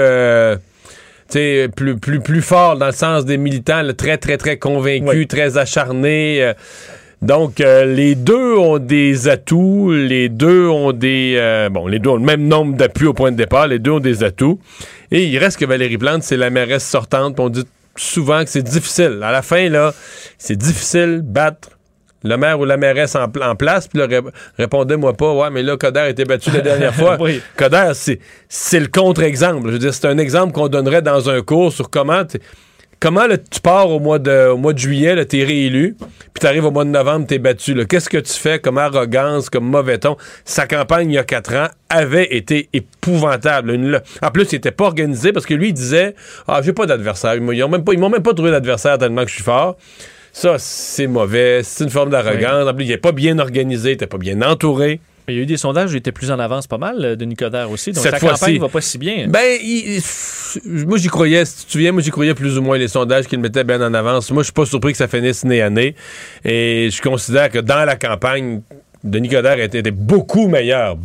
fort dans le sens des militants, là, très, très, très convaincus, très acharnés. Donc, les deux ont des atouts, les deux ont les deux ont le même nombre d'appuis au point de départ, les deux ont des atouts. Et il reste que Valérie Plante, c'est la mairesse sortante, puis on dit souvent que c'est difficile. À la fin, là, c'est difficile battre le maire ou la mairesse en place, puis là, répondez-moi pas, ouais, mais là, Coderre a été battu la dernière fois. Oui. Coderre, c'est le contre-exemple. Je veux dire, c'est un exemple qu'on donnerait dans un cours sur comment là, tu pars au mois de juillet, t'es réélu, puis t'arrives au mois de novembre, t'es battu. Là. Qu'est-ce que tu fais comme arrogance, comme mauvais ton? Sa campagne, il y a 4 ans, avait été épouvantable. En plus, il était pas organisé parce que lui, il disait « Ah, j'ai pas d'adversaire. Ils m'ont même pas trouvé d'adversaire tellement que je suis fort. » Ça, c'est mauvais. C'est une forme d'arrogance. Oui. En plus, il n'est pas bien organisé, il n'était pas bien entouré. Il y a eu des sondages où il était plus en avance pas mal, Denis Coderre aussi. Donc sa campagne ne va pas si bien. Ben, moi, j'y croyais. Si tu te souviens, moi, j'y croyais plus ou moins les sondages qu'il mettait bien en avance. Moi, je suis pas surpris que ça finisse nez à nez. Et je considère que dans la campagne, Denis Coderre était beaucoup meilleur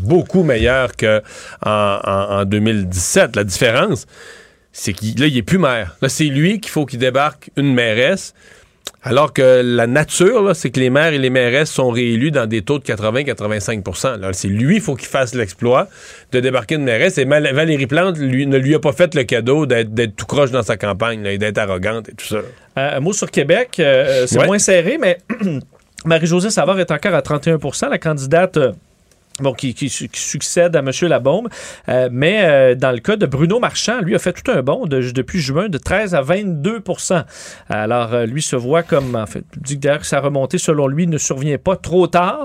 qu'en 2017. La différence, c'est qu'il est plus maire. Là, c'est lui qu'il faut qu'il débarque une mairesse. Alors que la nature, là, c'est que les maires et les mairesses sont réélus dans des taux de 80-85 %. Là, c'est lui, il faut qu'il fasse l'exploit de débarquer une mairesse. Et Valérie Plante ne lui a pas fait le cadeau d'être tout croche dans sa campagne, là, et d'être arrogante et tout ça. Un mot sur Québec, c'est moins serré, mais Marie-Josée Savard est encore à 31 %, la candidate... qui succède à M. Labaume. Mais dans le cas de Bruno Marchand, lui a fait tout un bond depuis juin de 13 à 22 %. Alors, lui se voit comme... En fait, il dit que d'ailleurs sa remontée, selon lui, ne survient pas trop tard.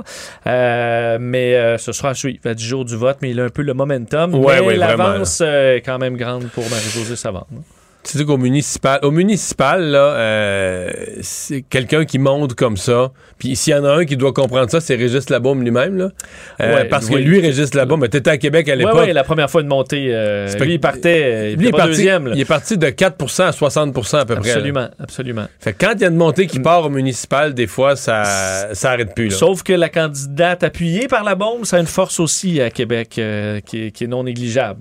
Mais ce sera à suivre. Il a 10 jours du vote, mais il a un peu le momentum. Mais l'avance est quand même grande pour Marie-Josée Savard. C'est qu'au municipal, là, c'est quelqu'un qui monte comme ça. Puis s'il y en a un qui doit comprendre ça, c'est Régis Labaume lui-même, là. Parce que lui, Régis Labaume, t'étais à Québec à l'époque. Oui, la première fois de montée. Lui, il partait. Il était deuxième. Là. Il est parti de 4 % à 60 % à peu près. Absolument. Fait que quand il y a une montée qui part au municipal, des fois, ça arrête plus. Là. Sauf que la candidate appuyée par Labaume, ça a une force aussi à Québec qui est non négligeable.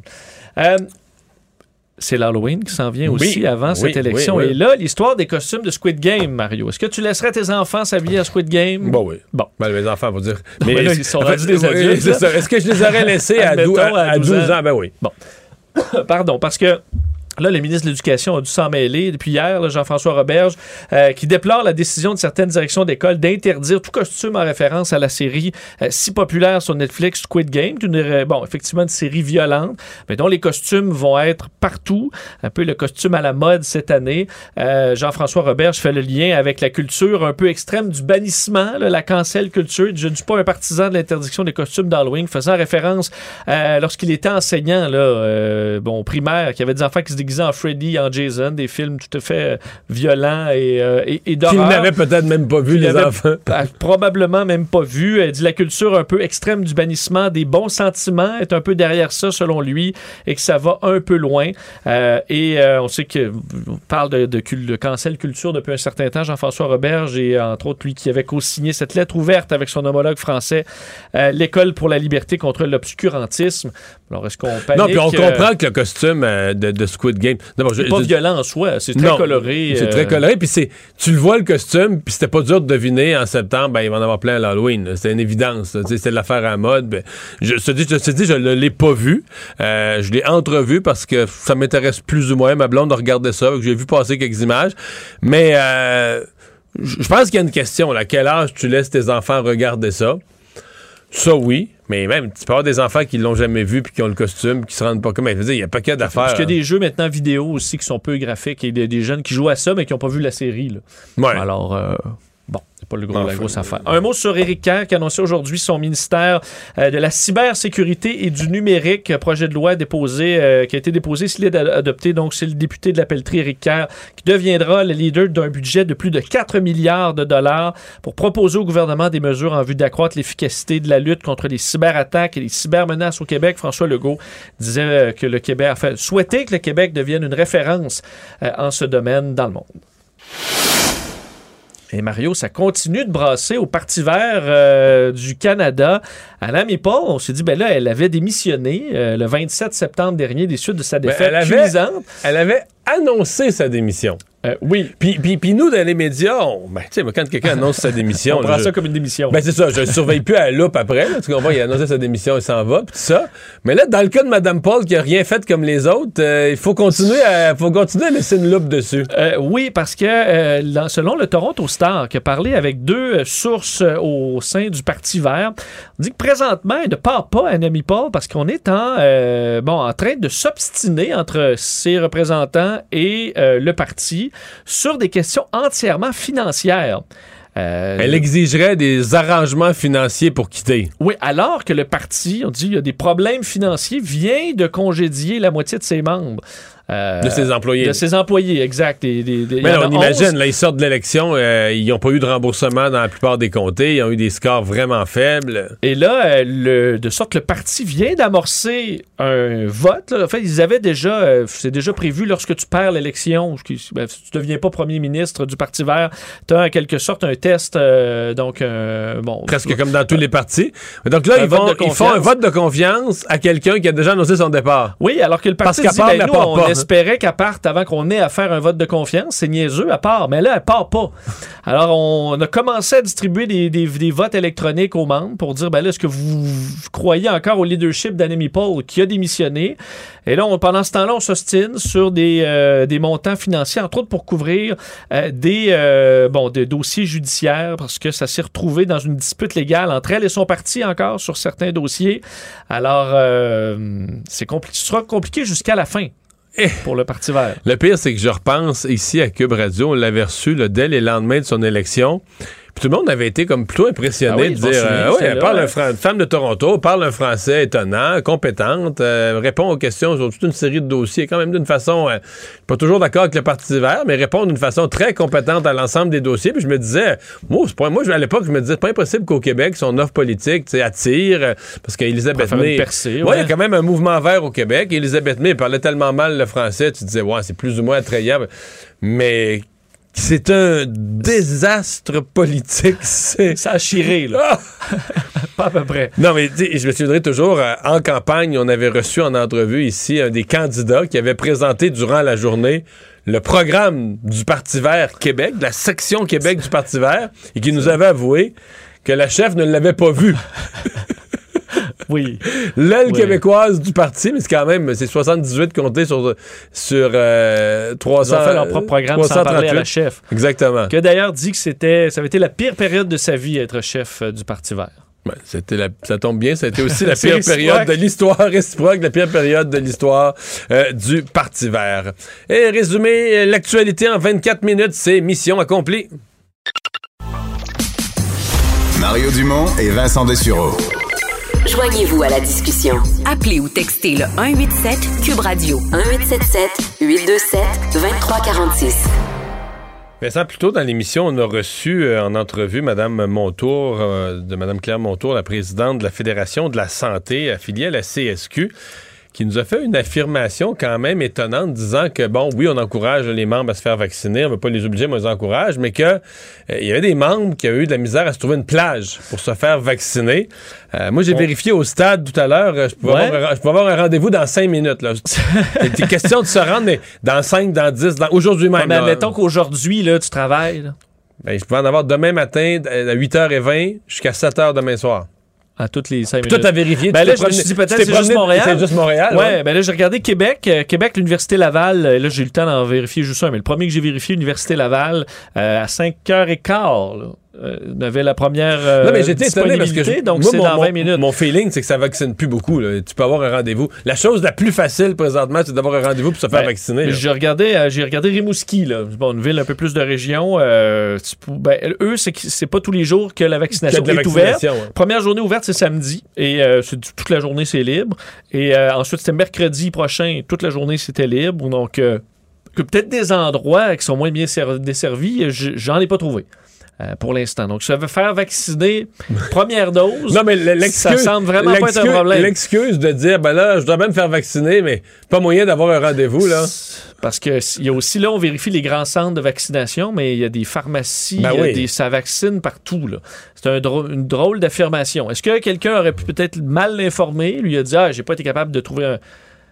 C'est l'Halloween qui s'en vient aussi avant cette élection. Oui. Et là, l'histoire des costumes de Squid Game, Mario. Est-ce que tu laisserais tes enfants s'habiller à Squid Game? Oui. Bon. Les enfants vont dire... Mais là, ils sont rendus des adultes. C'est ça. Est-ce que je les aurais laissés à 12 ans? Ben oui. Bon. Pardon, parce que là, le ministre de l'Éducation a dû s'en mêler depuis hier, là, Jean-François Roberge, qui déplore la décision de certaines directions d'école d'interdire tout costume en référence à la série si populaire sur Netflix, Squid Game, effectivement une série violente, mais dont les costumes vont être partout, un peu le costume à la mode cette année. Jean-François Roberge fait le lien avec la culture un peu extrême du bannissement, là, la cancel culture. Je ne suis pas un partisan de l'interdiction des costumes d'Halloween, faisant référence lorsqu'il était enseignant au primaire, qu'il y avait des enfants qui se déguisaient en Freddy, en Jason, des films tout à fait violents et d'horreur. Qu'ils n'avaient peut-être même pas vu, les enfants. Probablement même pas vu. Elle dit la culture un peu extrême du bannissement, des bons sentiments est un peu derrière ça, selon lui, et que ça va un peu loin. On sait qu'on parle de cancel culture depuis un certain temps, Jean-François Roberge, et entre autres, lui qui avait co-signé cette lettre ouverte avec son homologue français, l'École pour la liberté contre l'obscurantisme. Alors, est-ce qu'on panique? Non, puis on comprend que le costume de Squid Game... C'est pas violent en soi, c'est très coloré. C'est très coloré, puis tu le vois le costume, puis c'était pas dur de deviner en septembre, il va en avoir plein à l'Halloween. C'était une évidence. C'était de l'affaire à la mode. Je te dis, je ne l'ai pas vu. Je l'ai entrevu parce que ça m'intéresse plus ou moins. Ma blonde a regardé ça, j'ai vu passer quelques images. Mais je pense qu'il y a une question. À quel âge tu laisses tes enfants regarder ça? Ça, oui. Mais même, tu peux avoir des enfants qui l'ont jamais vu puis qui ont le costume, qui se rendent pas comme. Je veux dire, il y a pas qu'à d'affaires. Parce qu'il y a des jeux maintenant vidéo aussi qui sont peu graphiques et des jeunes qui jouent à ça, mais qui n'ont pas vu la série. Là. Ouais. Alors, bon, c'est pas la grosse affaire. Un mot sur Éric Kerr qui a annoncé aujourd'hui son ministère de la cybersécurité et du numérique, projet de loi déposé, qui a été déposé, s'il est adopté. Donc, c'est le député de la pelleterie, Éric Kerr, qui deviendra le leader d'un budget de plus de 4 milliards de dollars pour proposer au gouvernement des mesures en vue d'accroître l'efficacité de la lutte contre les cyberattaques et les cybermenaces au Québec. François Legault disait que le Québec, souhaitait que le Québec devienne une référence en ce domaine dans le monde. Et Mario, ça continue de brasser au Parti vert du Canada. Mme Paul, on s'est dit, là, elle avait démissionné le 27 septembre dernier des suites de sa défaite cuisante. Elle avait annoncé sa démission. Oui. Puis nous, dans les médias, quand quelqu'un annonce sa démission... on prend ça comme une démission. C'est ça, je ne surveille plus à la loupe après. Là, tu comprends, il a annoncé sa démission, il s'en va, puis tout ça. Mais là, dans le cas de Mme Paul, qui n'a rien fait comme les autres, il faut continuer à laisser une loupe dessus. Oui, parce que selon le Toronto Star, qui a parlé avec 2 sources au sein du Parti vert, on dit que présentement, elle ne part pas à Mme Paul parce qu'on est en train de s'obstiner entre ses représentants et le parti sur des questions entièrement financières. Elle exigerait des arrangements financiers pour quitter. Oui, alors que le parti, on dit, il y a des problèmes financiers, vient de congédier la moitié de ses membres. De ses employés. De ses employés, exact. Mais là, on imagine, là, ils sortent de l'élection, ils n'ont pas eu de remboursement dans la plupart des comtés, ils ont eu des scores vraiment faibles. Et là, de sorte que le parti vient d'amorcer un vote. Là. En fait, ils avaient déjà, c'est déjà prévu lorsque tu perds l'élection, si tu ne deviens pas premier ministre du Parti vert, tu as en quelque sorte un test, presque comme dans tous les partis. Donc là, ils font un vote de confiance à quelqu'un qui a déjà annoncé son départ. Oui, alors que le parti dit, on espérait qu'elle parte avant qu'on ait à faire un vote de confiance. C'est niaiseux, elle part. Mais là, elle part pas. Alors, on a commencé à distribuer des votes électroniques aux membres pour dire, est-ce que vous croyez encore au leadership d'Annemie Paul qui a démissionné? Et là, pendant ce temps-là, on s'ostine sur des montants financiers, entre autres pour couvrir des dossiers judiciaires, parce que ça s'est retrouvé dans une dispute légale entre elle et son parti encore sur certains dossiers. Alors, ce sera compliqué jusqu'à la fin. Pour le Parti vert. Le pire, c'est que je repense ici à Cube Radio, on l'avait reçu dès les lendemains de son élection. Puis tout le monde avait été comme plutôt impressionné de dire elle parle une femme de Toronto, parle un français étonnant, compétente, répond aux questions sur toute une série de dossiers, quand même d'une façon pas toujours d'accord avec le Parti vert, mais répond d'une façon très compétente à l'ensemble des dossiers. Puis je me disais, moi à l'époque, je me disais, c'est pas impossible qu'au Québec, son offre politique attire, parce qu'Élisabeth May... il y a quand même un mouvement vert au Québec. Élisabeth May parlait tellement mal le français, tu disais, c'est plus ou moins attrayant. Mais... c'est un désastre politique. Ça a chiré, là. Pas à peu près. Non, mais je me souviendrai toujours, en campagne, on avait reçu en entrevue ici un des candidats qui avait présenté durant la journée le programme du Parti vert Québec, de la section Québec du Parti vert, et qui nous avait avoué que la chef ne l'avait pas vu. Oui. L'aile québécoise du parti, mais c'est quand même, c'est 78 comtés sur 300. Ils ont fait leur propre programme 338. Sans parler à la chef. Exactement. Qui a d'ailleurs dit que ça avait été la pire période de sa vie être chef du Parti vert. Ça tombe bien, ça a été aussi la pire période de l'histoire réciproque, la pire période de l'histoire du Parti vert. Et résumer l'actualité en 24 minutes, c'est mission accomplie. Mario Dumont et Vincent Dessureau. Joignez-vous à la discussion. Appelez ou textez le 187 Cube Radio 1877 827 2346. Vincent, plus tôt dans l'émission, on a reçu en entrevue Mme Montour, de Mme Claire Montour, la présidente de la Fédération de la santé affiliée à la CSQ, qui nous a fait une affirmation quand même étonnante, disant que, oui, on encourage les membres à se faire vacciner, on ne veut pas les obliger, mais on les encourage, mais qu'il y avait des membres qui avaient eu de la misère à se trouver une plage pour se faire vacciner. Moi, j'ai vérifié au stade tout à l'heure, je pouvais avoir un rendez-vous dans 5 minutes. Là. C'est question de se rendre, mais dans 5, dans 10, aujourd'hui même. Mais admettons qu'aujourd'hui, là, tu travailles. Là. Je pouvais en avoir demain matin à 8h20 jusqu'à 7h demain soir. À toutes les 5 minutes. Tout à vérifier. Là, je me suis dit peut-être c'est juste Montréal. C'est juste Montréal. Ouais, là, j'ai regardé Québec, l'Université Laval. Là, j'ai eu le temps d'en vérifier juste un, mais le premier que j'ai vérifié, l'Université Laval, à 5h15, là. On avait la première non, mais j'étais étonné parce que donc moi, c'est dans 20 minutes. Mon feeling, c'est que ça vaccine plus beaucoup. Là. Tu peux avoir un rendez-vous. La chose la plus facile présentement, c'est d'avoir un rendez-vous pour se faire vacciner. J'ai regardé Rimouski, là. Bon, une ville un peu plus de région. Eux, c'est pas tous les jours que la vaccination est ouverte. Ouais. Première journée ouverte, c'est samedi. Et toute la journée, c'est libre. Et ensuite, c'était mercredi prochain. Toute la journée, c'était libre. Donc, que peut-être des endroits qui sont moins bien desservis, j'en ai pas trouvé. Pour l'instant. Donc, ça veut faire vacciner première dose. Non, mais ça semble vraiment pas être un problème. L'excuse de dire, ben là, je dois même faire vacciner, mais pas moyen d'avoir un rendez-vous, là. Parce que il y a aussi, là, on vérifie les grands centres de vaccination, mais il y a des pharmacies, ça vaccine partout, là. C'est une drôle d'affirmation. Est-ce que quelqu'un aurait pu peut-être mal l'informer, lui a dit, j'ai pas été capable de trouver un...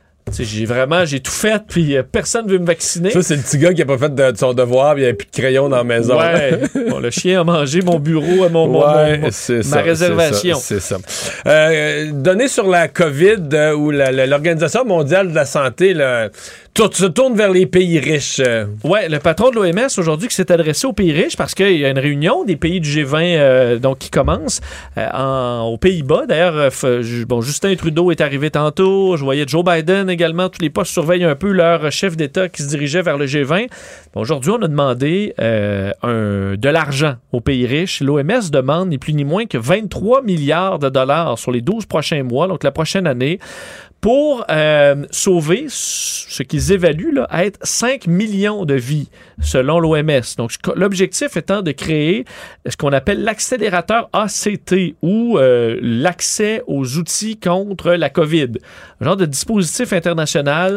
j'ai tout fait, puis personne ne veut me vacciner. Ça, c'est le petit gars qui a pas fait de son devoir, puis il n'y avait plus de crayon dans la maison. Ouais. Bon, le chien a mangé mon bureau, ma réservation. C'est ça. Donné sur la COVID, où l'Organisation mondiale de la santé se tourne vers les pays riches. Ouais, le patron de l'OMS aujourd'hui qui s'est adressé aux pays riches parce qu'il y a une réunion des pays du G20 qui commence aux Pays-Bas. D'ailleurs, Justin Trudeau est arrivé tantôt. Je voyais Joe Biden également. Tous les postes surveillent un peu leur chef d'État qui se dirigeait vers le G20. Aujourd'hui, on a demandé de l'argent aux pays riches. L'OMS demande ni plus ni moins que 23 milliards de dollars sur les 12 prochains mois, donc la prochaine année, pour sauver ce qu'ils évaluent là, à être 5 millions de vies, selon l'OMS. Donc, l'objectif étant de créer ce qu'on appelle l'accélérateur ACT, ou l'accès aux outils contre la COVID. Un genre de dispositif international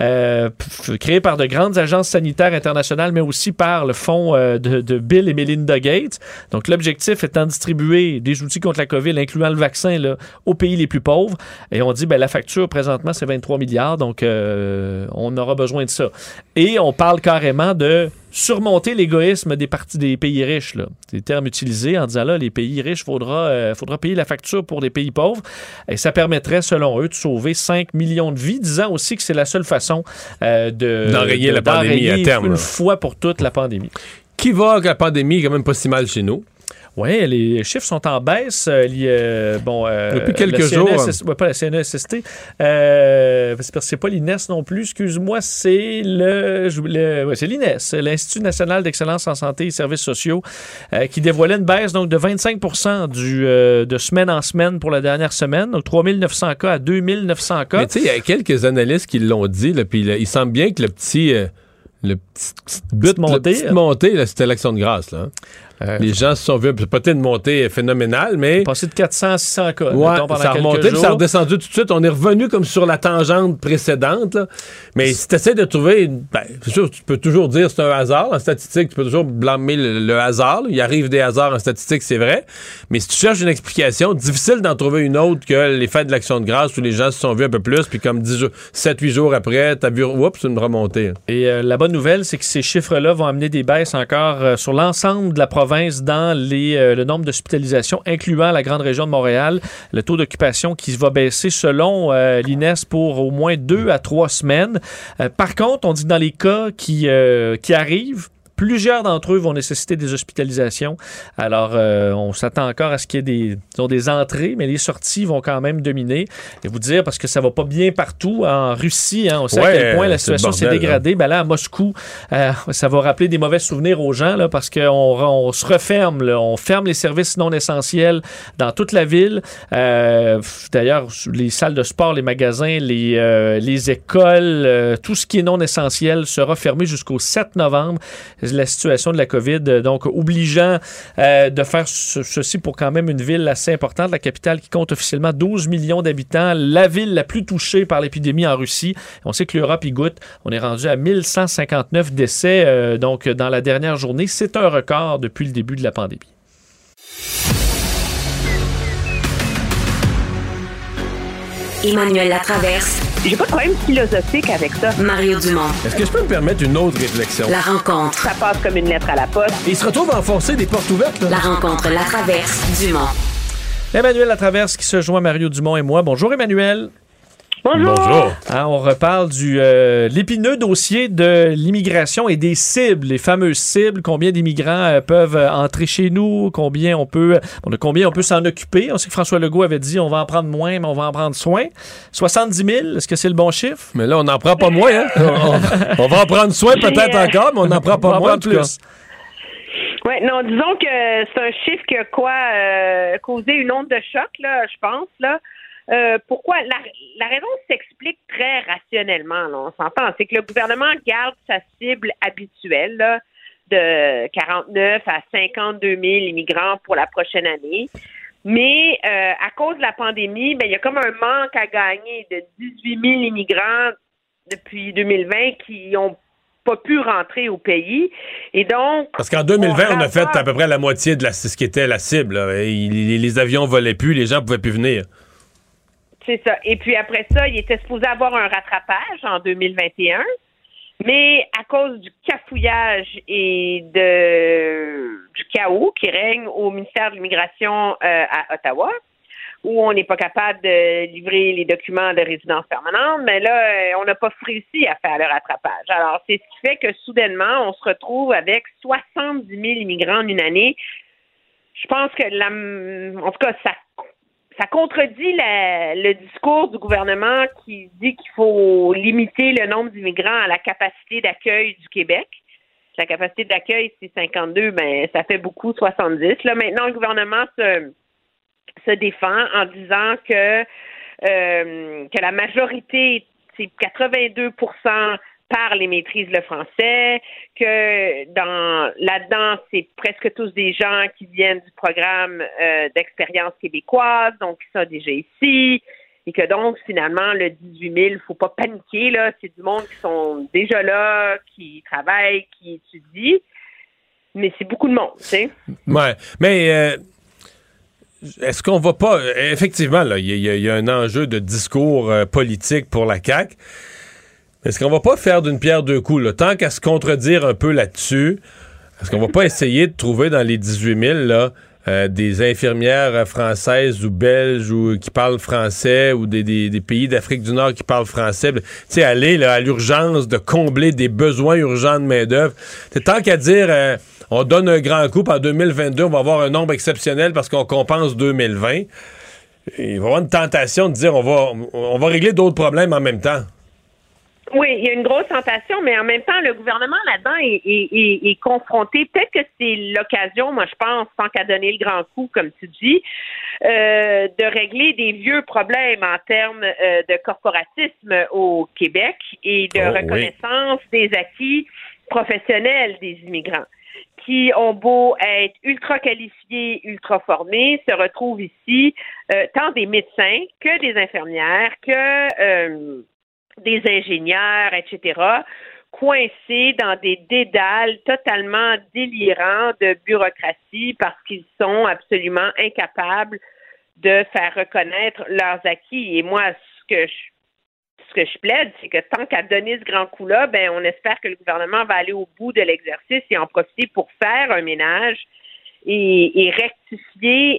créé par de grandes agences sanitaires internationales, mais aussi par le fonds de Bill et Melinda Gates. Donc, l'objectif étant de distribuer des outils contre la COVID, incluant le vaccin, là, aux pays les plus pauvres. Et on dit, la facture, présentement, c'est 23 milliards, donc on aura besoin de ça. Et on parle carrément de surmonter l'égoïsme des pays riches. Là. C'est des termes utilisés en disant, là, les pays riches, faudra payer la facture pour les pays pauvres. Et ça permettrait, selon eux, de sauver 5 millions de vies, disant aussi que c'est la seule façon d'enrayer la pandémie à terme. Une fois pour toutes la pandémie. Qui va que la pandémie est quand même pas si mal chez nous? Oui, les chiffres sont en baisse. Depuis quelques jours. Pas la CNESST. C'est pas l'INES non plus, excuse-moi. C'est c'est l'INES, l'Institut national d'excellence en santé et services sociaux, qui dévoilait une baisse donc, de 25% de semaine en semaine pour la dernière semaine. Donc 3 900 cas à 2 900 cas. Mais tu sais, il y a quelques analystes qui l'ont dit, puis il semble bien que le petit montée, là, c'était l'Action de grâce. Là, hein? Les gens se sont vus, peut-être une montée phénoménale, mais... Passé de 400 à 600 cas. Ouais, ça a remonté, puis ça a redescendu tout de suite. On est revenu comme sur la tangente précédente. Là. Mais si tu essaies de trouver... c'est sûr, tu peux toujours dire que c'est un hasard. En statistique, tu peux toujours blâmer le hasard. Là. Il arrive des hasards en statistique, c'est vrai. Mais si tu cherches une explication, difficile d'en trouver une autre que les fêtes de l'Action de grâce où les gens se sont vus un peu plus, puis comme 7-8 jours après, t'as vu, oups, une remontée. Et la bonne nouvelle, c'est que ces chiffres-là vont amener des baisses encore sur l'ensemble de la province dans le nombre d'hospitalisations, incluant la grande région de Montréal. Le taux d'occupation qui va baisser selon l'INES pour au moins 2 à 3 semaines. Par contre, on dit que dans les cas qui arrivent, plusieurs d'entre eux vont nécessiter des hospitalisations. Alors, on s'attend encore à ce qu'il y ait des entrées, mais les sorties vont quand même dominer. Et vous dire, parce que ça va pas bien partout. En Russie, on sait à quel point la situation s'est dégradée. Là, à Moscou, ça va rappeler des mauvais souvenirs aux gens, là, parce qu'on se referme. Là, on ferme les services non essentiels dans toute la ville. D'ailleurs, les salles de sport, les magasins, les écoles, tout ce qui est non essentiel sera fermé jusqu'au 7 novembre. La situation de la COVID, donc obligeant de faire ceci pour quand même une ville assez importante, la capitale qui compte officiellement 12 millions d'habitants, la ville la plus touchée par l'épidémie en Russie. On sait que l'Europe y goûte. On est rendu à 1159 décès donc dans la dernière journée. C'est un record depuis le début de la pandémie. Emmanuel Latraverse. J'ai pas de problème philosophique avec ça. Mario Dumont. Est-ce que je peux me permettre une autre réflexion? La rencontre. Ça passe comme une lettre à la poste. Et il se retrouve à enfoncer des portes ouvertes. Là. La rencontre Latraverse Dumont. Emmanuel Latraverse qui se joint à Mario Dumont et moi. Bonjour Emmanuel. Bonjour. On reparle du l'épineux dossier de l'immigration et des cibles, les fameuses cibles. Combien d'immigrants peuvent entrer chez nous? Combien on peut s'en occuper? On sait que François Legault avait dit on va en prendre moins, mais on va en prendre soin. 70 000, est-ce que c'est le bon chiffre? Mais là, on n'en prend pas moins. Hein? on va en prendre soin peut-être encore, mais on n'en prend pas moins plus. Oui, non, disons que c'est un chiffre qui a causé une onde de choc, là, je pense, là. Pourquoi? La raison s'explique très rationnellement, là, on s'entend. C'est que le gouvernement garde sa cible habituelle là, de 49 à 52 000 immigrants pour la prochaine année. Mais à cause de la pandémie, il y a comme un manque à gagner de 18 000 immigrants depuis 2020 qui n'ont pas pu rentrer au pays. Et donc... Parce qu'en 2020, on a fait à peu près la moitié de ce qui était la cible. Là. Les avions volaient plus, les gens pouvaient plus venir. C'est ça. Et puis après ça, il était supposé avoir un rattrapage en 2021, mais à cause du cafouillage et du chaos qui règne au ministère de l'Immigration à Ottawa, où on n'est pas capable de livrer les documents de résidence permanente, mais là, on n'a pas réussi à faire le rattrapage. Alors, c'est ce qui fait que soudainement, on se retrouve avec 70 000 immigrants en une année. Je pense que, en tout cas, ça contredit le discours du gouvernement qui dit qu'il faut limiter le nombre d'immigrants à la capacité d'accueil du Québec. La capacité d'accueil, c'est 52, ça fait beaucoup, 70. Là, maintenant, le gouvernement se défend en disant que la majorité, c'est 82% parlent et maîtrisent le français, que là-dedans, c'est presque tous des gens qui viennent du programme d'expérience québécoise, donc qui sont déjà ici, et que donc, finalement, le 18 000, il ne faut pas paniquer, là, c'est du monde qui sont déjà là, qui travaillent, qui étudient, mais c'est beaucoup de monde, tu sais. Ouais, mais... est-ce qu'on va pas... Effectivement, là, il y a un enjeu de discours politique pour la CAQ. Est-ce qu'on va pas faire d'une pierre deux coups, là? Tant qu'à se contredire un peu là-dessus, est-ce qu'on va pas essayer de trouver dans les 18 000 là, des infirmières françaises ou belges ou qui parlent français ou des pays d'Afrique du Nord qui parlent français? Tu sais, aller là, à l'urgence de combler des besoins urgents de main-d'œuvre. Tant qu'à dire... on donne un grand coup, en 2022, on va avoir un nombre exceptionnel parce qu'on compense 2020. Il va y avoir une tentation de dire on va régler d'autres problèmes en même temps. Oui, il y a une grosse tentation, mais en même temps, le gouvernement là-dedans est confronté. Peut-être que c'est l'occasion, moi je pense, tant qu'à donner le grand coup, comme tu dis, de régler des vieux problèmes en termes de corporatisme au Québec et de reconnaissance des acquis professionnels des immigrants, qui ont beau être ultra qualifiés, ultra formés, se retrouvent ici, tant des médecins que des infirmières, que des ingénieurs, etc., coincés dans des dédales totalement délirants de bureaucratie parce qu'ils sont absolument incapables de faire reconnaître leurs acquis. Et moi, ce que je plaide, c'est que tant qu'à donner ce grand coup-là, on espère que le gouvernement va aller au bout de l'exercice et en profiter pour faire un ménage et rectifier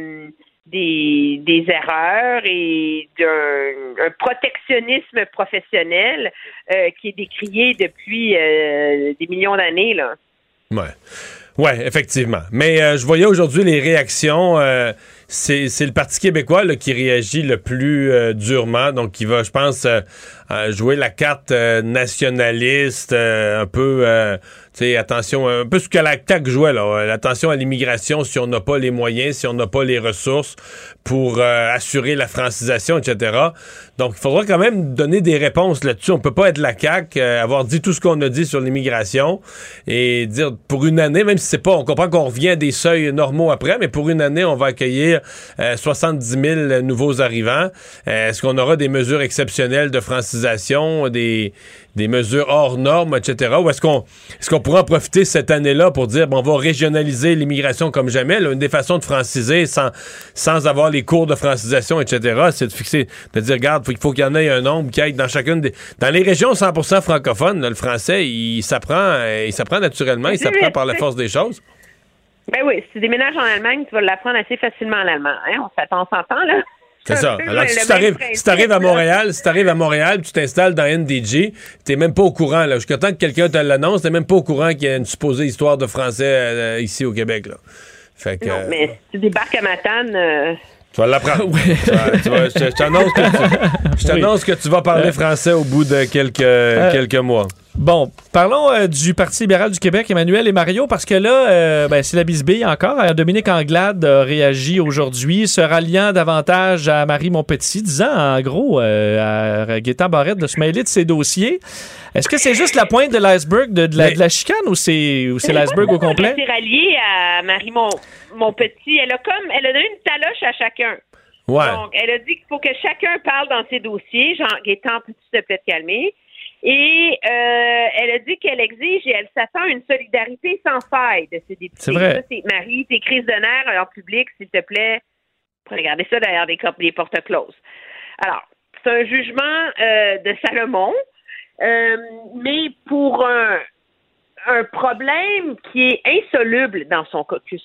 des erreurs et d'un protectionnisme professionnel qui est décrié depuis des millions d'années, là. Ouais, effectivement. Mais je voyais aujourd'hui les réactions. C'est le Parti québécois là, qui réagit le plus durement, donc qui va, je pense, jouer la carte nationaliste, un peu, tu sais, attention, un peu ce que la CAQ jouait, là, l'attention à l'immigration si on n'a pas les moyens, si on n'a pas les ressources pour assurer la francisation, etc. Donc, il faudra quand même donner des réponses là-dessus. On peut pas être la CAQ, avoir dit tout ce qu'on a dit sur l'immigration et dire pour une année, même si c'est pas, on comprend qu'on revient à des seuils normaux après, mais pour une année, on va accueillir 70 000 nouveaux arrivants. Est-ce qu'on aura des mesures exceptionnelles de francisation, des mesures hors normes, etc. Ou est-ce qu'on pourra en profiter cette année-là pour dire, on va régionaliser l'immigration comme jamais? Là, une des façons de franciser sans avoir les cours de francisation, etc., c'est de fixer, de dire, regarde, il faut qu'il y en ait un nombre qui aille dans chacune des... Dans les régions 100% francophones, là, le français, il s'apprend naturellement, il s'apprend par la force des choses. Ben oui, si tu déménages en Allemagne, tu vas l'apprendre assez facilement en allemand. Hein? On s'entend, là? C'est ça. Alors, si t'arrives à Montréal, tu t'installes dans NDG, t'es même pas au courant, là. Jusqu'à temps que quelqu'un te l'annonce, t'es même pas au courant qu'il y a une supposée histoire de français ici au Québec, là. Fait que, non, mais si tu débarques à Matane... Tu vas l'apprendre. Je t'annonce que tu vas parler français au bout de quelques mois. Bon, parlons du Parti libéral du Québec, Emmanuel et Mario, parce que là, c'est la bisbille encore. Dominique Anglade a réagi aujourd'hui, se ralliant davantage à Marie Montpetit, disant en gros à Gaétan Barrette de se mêler de ses dossiers. Est-ce que c'est juste la pointe de l'iceberg de la chicane ou c'est l'iceberg au complet? Elle s'est ralliée à Marie Montpetit. Elle a donné une taloche à chacun. Ouais. Donc, elle a dit qu'il faut que chacun parle dans ses dossiers. Genre, Gaétan, peux-tu te plaît te calmer? Et elle a dit qu'elle exige et elle s'attend à une solidarité sans faille de ses députés. C'est vrai. Ça, c'est Marie, tes crises de nerfs en public, s'il te plaît, regardez ça derrière des portes closes. Alors, c'est un jugement de Salomon, mais pour un problème qui est insoluble dans son caucus.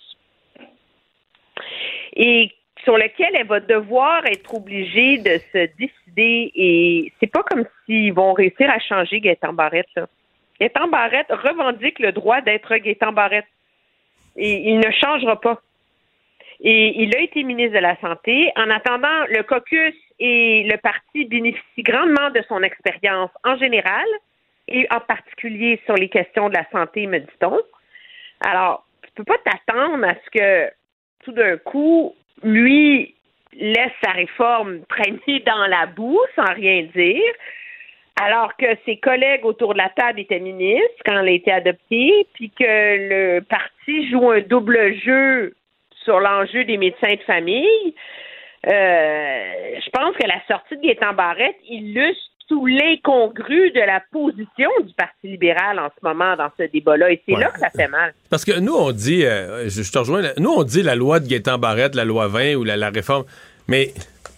Et sur lequel elle va devoir être obligée de se décider, et c'est pas comme s'ils vont réussir à changer Gaétan Barrette, là. Gaétan Barrette revendique le droit d'être Gaétan Barrette. Et il ne changera pas. Et il a été ministre de la Santé. En attendant, le caucus et le parti bénéficient grandement de son expérience en général, et en particulier sur les questions de la santé, me dit-on. Alors, tu peux pas t'attendre à ce que, tout d'un coup, lui laisse sa réforme traîner dans la boue sans rien dire, alors que ses collègues autour de la table étaient ministres quand elle a été adoptée, puis que le parti joue un double jeu sur l'enjeu des médecins de famille. Je pense que la sortie de Gaétan Barrette illustre tout l'incongru de la position du Parti libéral en ce moment dans ce débat-là. Et c'est là que ça fait mal. Parce que nous, on dit, je te rejoins, nous, on dit la loi de Gaétan Barrette, la loi 20 ou la réforme, mais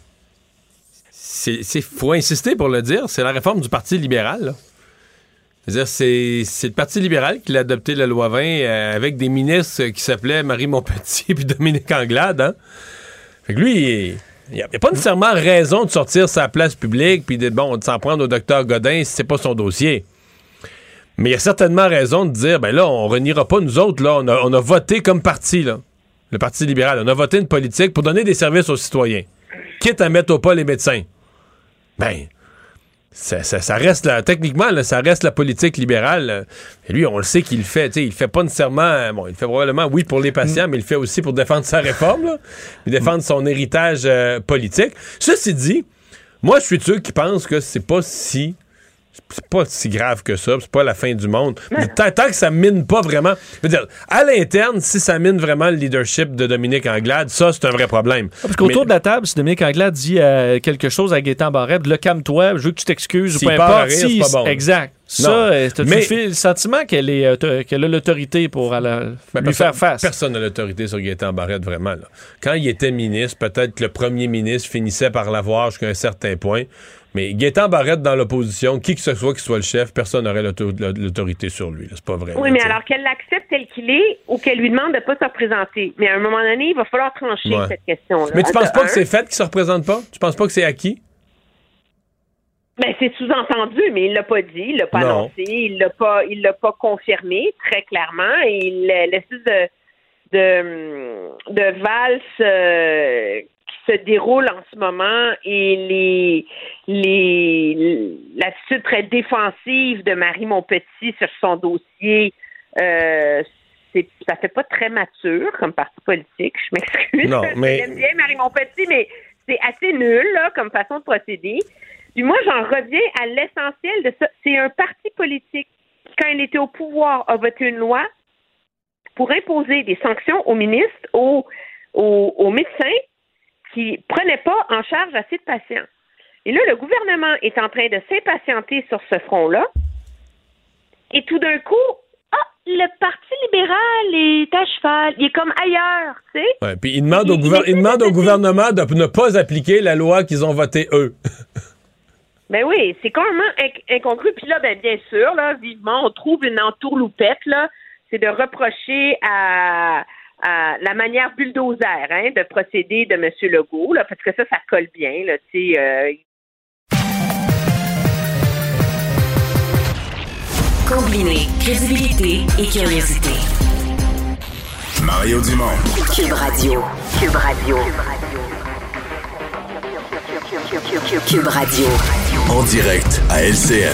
faut insister pour le dire, c'est la réforme du Parti libéral, là. C'est-à-dire, c'est le Parti libéral qui l'a adopté, la loi 20, avec des ministres qui s'appelaient Marie Montpetit puis Dominique Anglade, hein? Fait que lui, il n'y a pas nécessairement raison de sortir sa place publique puis de s'en prendre au docteur Godin si c'est pas son dossier. Mais il y a certainement raison de dire, ben là, on reniera pas nous autres, là, on a voté comme parti, là, le Parti libéral. On a voté une politique pour donner des services aux citoyens, quitte à mettre au pas les médecins. Ben, ça reste, là, techniquement, là, ça reste la politique libérale. Et lui, on le sait qu'il le fait. Il le fait pas nécessairement... Bon, il le fait probablement, oui, pour les patients, mais il le fait aussi pour défendre sa réforme, là, puis défendre son héritage politique. Ceci dit, moi, je suis de ceux qui pensent que c'est pas si grave que ça, c'est pas la fin du monde. Tant que ça mine pas vraiment... Je veux dire, à l'interne, si ça mine vraiment le leadership de Dominique Anglade, ça, c'est un vrai problème. Parce qu'autour de la table, si Dominique Anglade dit quelque chose à Gaétan Barrette, là, calme-toi, je veux que tu t'excuses, ou peu importe. C'est pas bon. Exact. Ça, t'as-tu le sentiment qu'elle a l'autorité pour lui faire face? Personne n'a l'autorité sur Gaétan Barrette, vraiment. Là. Quand il était ministre, peut-être que le premier ministre finissait par l'avoir jusqu'à un certain point. Mais Gaétan Barrette dans l'opposition, qui que ce soit qui soit le chef, personne n'aurait l'autorité sur lui. Là. C'est pas vrai. Oui, mais alors qu'elle l'accepte tel qu'il est ou qu'elle lui demande de ne pas se représenter. Mais à un moment donné, il va falloir trancher cette question-là. Mais tu penses pas que c'est fait qu'il se représente pas? Tu penses pas que c'est acquis? Ben, c'est sous-entendu, mais il l'a pas dit, il l'a pas annoncé, il l'a pas confirmé très clairement. Et l'espèce de valse qui se déroule en ce moment et l'attitude très défensive de Marie Montpetit sur son dossier, ça fait pas très mature comme parti politique, je m'excuse. Non, mais... J'aime bien Marie Montpetit, mais c'est assez nul là, comme façon de procéder. Puis moi, j'en reviens à l'essentiel de ça. C'est un parti politique qui, quand il était au pouvoir, a voté une loi pour imposer des sanctions aux ministres, aux médecins qui prenaient pas en charge assez de patients. Et là, le gouvernement est en train de s'impatienter sur ce front-là. Et tout d'un coup, le Parti libéral est à cheval. Il est comme ailleurs, tu sais. Ouais, puis il demande au gouvernement de ne pas appliquer la loi qu'ils ont votée, eux. Ben oui, c'est complètement incongru. Puis là, ben bien sûr, là, vivement, on trouve une entourloupette, là. C'est de reprocher à la manière bulldozer de procéder de M. Legault, là, parce que ça colle bien, là, tu sais. Combiner crédibilité et curiosité. Mario Dumont. Cube Radio. Cube Radio. Cube Radio. En direct à LCN.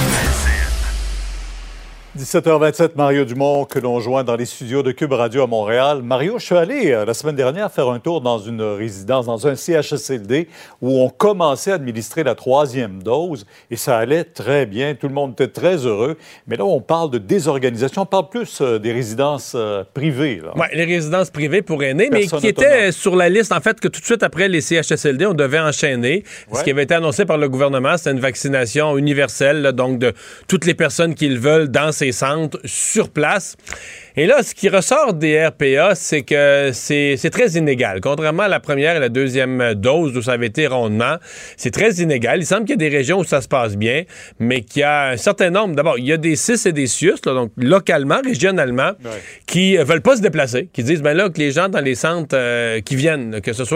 17h27, Mario Dumont, que l'on joint dans les studios de Cube Radio à Montréal. Mario, je suis allé la semaine dernière faire un tour dans une résidence, dans un CHSLD, où on commençait à administrer la 3e dose, et ça allait très bien. Tout le monde était très heureux. Mais là, on parle de désorganisation. On parle plus des résidences privées. Oui, les résidences privées pour aînés, mais qui étaient sur la liste, en fait, que tout de suite après les CHSLD, on devait enchaîner. Ouais. Ce qui avait été annoncé par le gouvernement, c'était une vaccination universelle, là, donc de toutes les personnes qui le veulent dans ces centres sur place. Et là, ce qui ressort des RPA, c'est que c'est très inégal. Contrairement à la première et la deuxième dose où ça avait été rondement, c'est très inégal. Il semble qu'il y a des régions où ça se passe bien, mais qu'il y a un certain nombre... D'abord, il y a des CIS et des CIUS, là, donc localement, régionalement, qui veulent pas se déplacer, qui disent, ben là, que les gens dans les centres qui viennent, que ce soit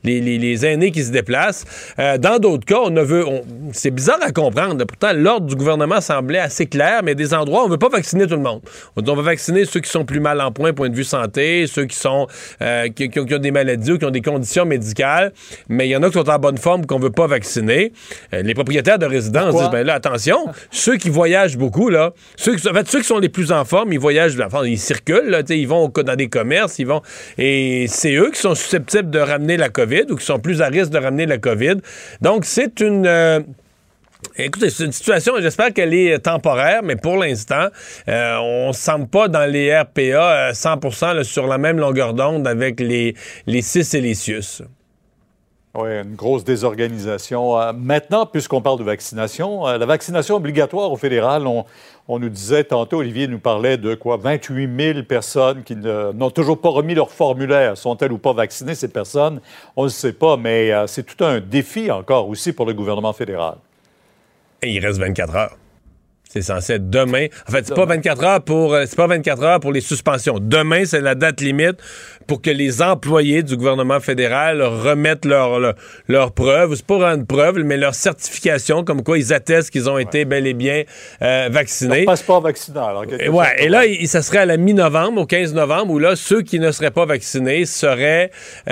les aînés qui se déplacent. Dans d'autres cas, c'est bizarre à comprendre. Pourtant, l'ordre du gouvernement semblait assez clair, mais il y a des endroits où on veut pas vacciner tout le monde. On va vacciner ceux qui sont plus mal en point de vue santé, ceux qui sont qui ont des maladies ou qui ont des conditions médicales, mais il y en a qui sont en bonne forme qu'on veut pas vacciner. Les propriétaires de résidences disent, ben là, attention, ceux qui voyagent beaucoup, là, ceux qui sont les plus en forme, ils voyagent, enfin, ils circulent, là, ils vont dans des commerces, et c'est eux qui sont susceptibles de ramener la COVID ou qui sont plus à risque de ramener la COVID. Donc, c'est une... Écoutez, c'est une situation, j'espère qu'elle est temporaire, mais pour l'instant, on ne semble pas dans les RPA 100% là, sur la même longueur d'onde avec les CIS et les CIUS. Oui, une grosse désorganisation. Maintenant, puisqu'on parle de vaccination, la vaccination obligatoire au fédéral, on nous disait tantôt, Olivier nous parlait de 28 000 personnes qui n'ont toujours pas remis leur formulaire. Sont-elles ou pas vaccinées, ces personnes? On ne le sait pas, mais c'est tout un défi encore aussi pour le gouvernement fédéral. Et il reste 24 heures. C'est censé être demain. En fait, c'est pas 24 heures pour les suspensions. Demain, c'est la date limite pour que les employés du gouvernement fédéral remettent leurs preuves. C'est pas une preuve, mais leur certification, comme quoi ils attestent qu'ils ont été bel et bien vaccinés. Leur passeport vaccinal. Et là, ça serait à la mi-novembre, au 15 novembre, où là, ceux qui ne seraient pas vaccinés seraient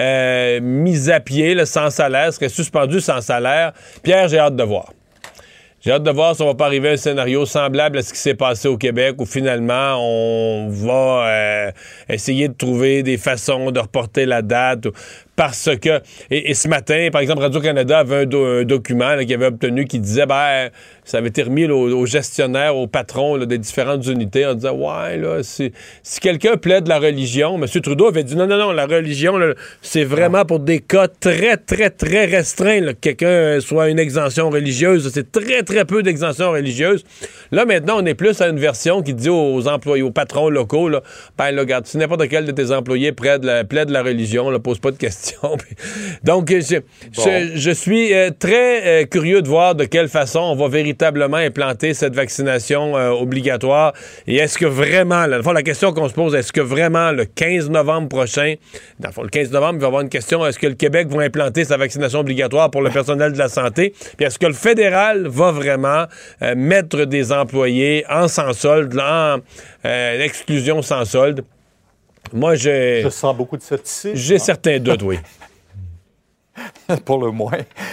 mis à pied, là, sans salaire, seraient suspendus sans salaire. Pierre, j'ai hâte de voir. J'ai hâte de voir si on va pas arriver à un scénario semblable à ce qui s'est passé au Québec, où finalement, on va essayer de trouver des façons de reporter la date. Parce que... Et ce matin, par exemple, Radio-Canada avait un document qu'il avait obtenu qui disait, ça avait été remis aux gestionnaires, aux patrons des différentes unités, en disant, ouais, là, si quelqu'un plaide la religion, M. Trudeau avait dit, non, la religion, là, c'est vraiment pour des cas très, très, très restreints, là, que quelqu'un soit une exemption religieuse. C'est très, très peu d'exemptions religieuses. Là, maintenant, on est plus à une version qui dit aux employés, aux patrons locaux, là, regarde, si n'importe quel de tes employés plaide la religion, là, pose pas de questions. Donc, je suis très curieux de voir de quelle façon on va véritablement implanter cette vaccination obligatoire. Et est-ce que vraiment, dans le fond, la question qu'on se pose, est-ce que vraiment le 15 novembre prochain, dans le fond, le 15 novembre, il va y avoir une question, est-ce que le Québec va implanter sa vaccination obligatoire pour le personnel de la santé? Puis est-ce que le fédéral va vraiment mettre des employés en sans solde, en exclusion sans solde? Moi, je sens beaucoup de scepticisme. J'ai certains doutes, oui. Pour le moins.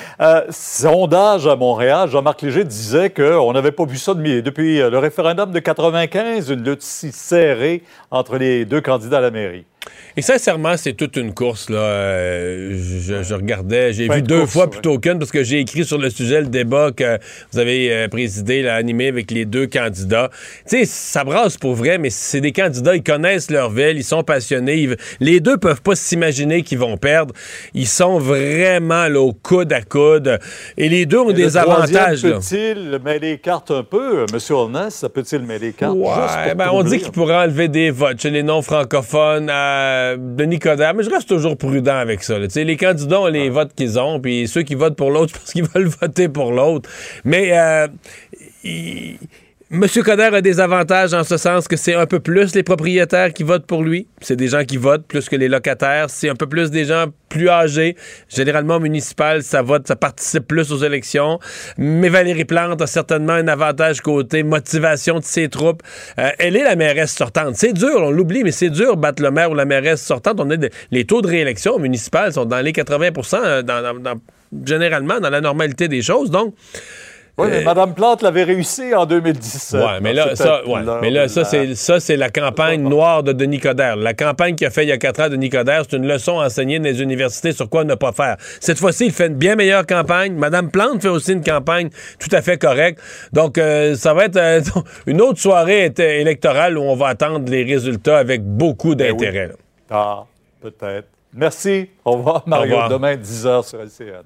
Sondage à Montréal, Jean-Marc Léger disait qu'on n'avait pas vu ça depuis le référendum de 95, une lutte si serrée entre les deux candidats à la mairie. Et sincèrement, c'est toute une course, là. Je regardais, j'ai vu deux fois plutôt qu'une, parce que j'ai écrit sur le sujet le débat que vous avez présidé, là, animé avec les deux candidats. Tu sais, ça brasse pour vrai, mais c'est des candidats, ils connaissent leur ville, ils sont passionnés. Les deux peuvent pas s'imaginer qu'ils vont perdre. Ils sont vraiment là, au coude à coude. Et les deux ont des avantages. Peut-il mêler les cartes un peu, M. Holness? Peut-il mêler les cartes? Ouais, on dit qu'il pourrait enlever des votes chez les non-francophones de Nicodère, mais je reste toujours prudent avec ça. Là. Les candidats ont les votes qu'ils ont, puis ceux qui votent pour l'autre, parce qu'ils veulent voter pour l'autre. Mais M. Coderre a des avantages en ce sens que c'est un peu plus les propriétaires qui votent pour lui. C'est des gens qui votent plus que les locataires. C'est un peu plus des gens plus âgés. Généralement, municipal, ça vote, ça participe plus aux élections. Mais Valérie Plante a certainement un avantage côté motivation de ses troupes. Elle est la mairesse sortante. C'est dur, on l'oublie, mais c'est dur battre le maire ou la mairesse sortante. Les taux de réélection municipale sont dans les 80%, généralement, dans la normalité des choses. Donc, oui, mais Mme Plante l'avait réussi en 2017. Oui, mais là, ça, c'est la campagne noire de Denis Coderre. La campagne qu'il a fait il y a 4 ans, Denis Coderre, c'est une leçon enseignée dans les universités sur quoi ne pas faire. Cette fois-ci, il fait une bien meilleure campagne. Mme Plante fait aussi une campagne tout à fait correcte. Donc, ça va être une autre soirée électorale où on va attendre les résultats avec beaucoup d'intérêt. Oui. Ah, peut-être. Merci. Au revoir, Mario. Au revoir. Demain, 10h sur LCN.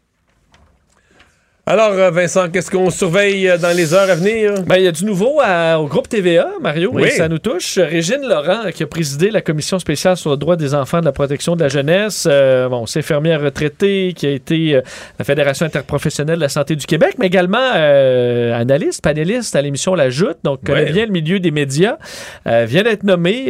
Alors, Vincent, qu'est-ce qu'on surveille dans les heures à venir? Il y a du nouveau au groupe TVA, Mario, oui. Et ça nous touche. Régine Laurent, qui a présidé la commission spéciale sur le droit des enfants de la protection de la jeunesse, c'est infirmière retraitée, qui a été la Fédération interprofessionnelle de la santé du Québec, mais également analyste, panéliste à l'émission La Joute, donc connaît bien le milieu des médias, vient d'être nommée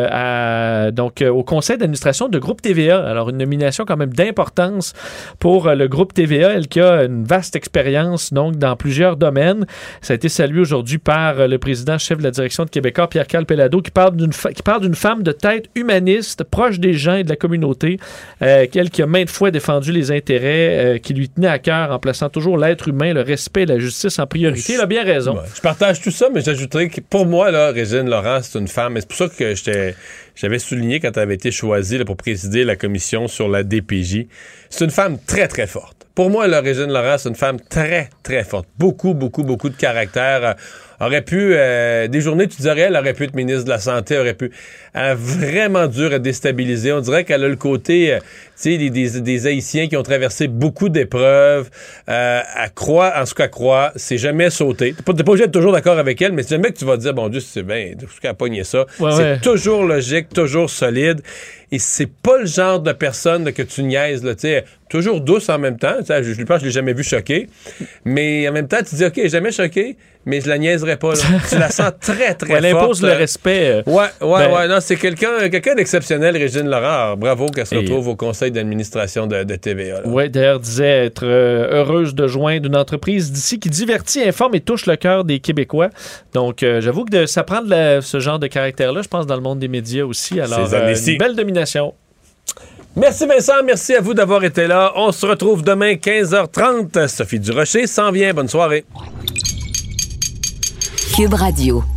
au conseil d'administration de groupe TVA. Alors, une nomination quand même d'importance pour le groupe TVA, elle qui a une vaste expérience donc dans plusieurs domaines. Ça a été salué aujourd'hui par le président-chef de la direction de Québécois, Pierre-Carl Pellado, qui parle d'une femme de tête humaniste, proche des gens et de la communauté, elle qui a maintes fois défendu les intérêts qui lui tenaient à cœur en plaçant toujours l'être humain, le respect et la justice en priorité. Elle a bien raison. Ouais, je partage tout ça, mais j'ajouterais que pour moi, là, Régine Laurent, c'est une femme, et c'est pour ça que j'avais souligné quand elle avait été choisie pour présider la commission sur la DPJ. C'est une femme très, très forte. Pour moi, là, Régine Laurent, c'est une femme très, très forte. Beaucoup, beaucoup, beaucoup de caractère. Aurait pu, des journées, tu dirais, elle aurait pu être ministre de la Santé, aurait pu. Elle est vraiment dure à déstabiliser. On dirait qu'elle a le côté, tu sais, des Haïtiens qui ont traversé beaucoup d'épreuves. Elle croit en ce qu'elle croit. C'est jamais sauté. T'es pas obligé d'être toujours d'accord avec elle, mais c'est jamais que tu vas te dire, bon Dieu, c'est bien, tout ce qu'elle a pogné ça. C'est toujours logique, toujours solide. Et c'est pas le genre de personne là, que tu niaises, là, tu sais, toujours douce en même temps. Je pense que je l'ai jamais vu choquer. Mais en même temps, tu dis, OK, jamais choqué, mais je la niaiserais pas. Là. Tu la sens très, très forte. Elle impose le respect. Ouais. Non, c'est quelqu'un d'exceptionnel, Régine Laurent. Alors, bravo qu'elle se retrouve au conseil d'administration de TVA. Oui, d'ailleurs, disait être heureuse de joindre une entreprise d'ici qui divertit, informe et touche le cœur des Québécois. Donc, j'avoue que ça prend ce genre de caractère-là, je pense, dans le monde des médias aussi. Alors, une belle domination. Merci Vincent, merci à vous d'avoir été là. On se retrouve demain 15h30. Sophie Durocher s'en vient. Bonne soirée. Cube Radio.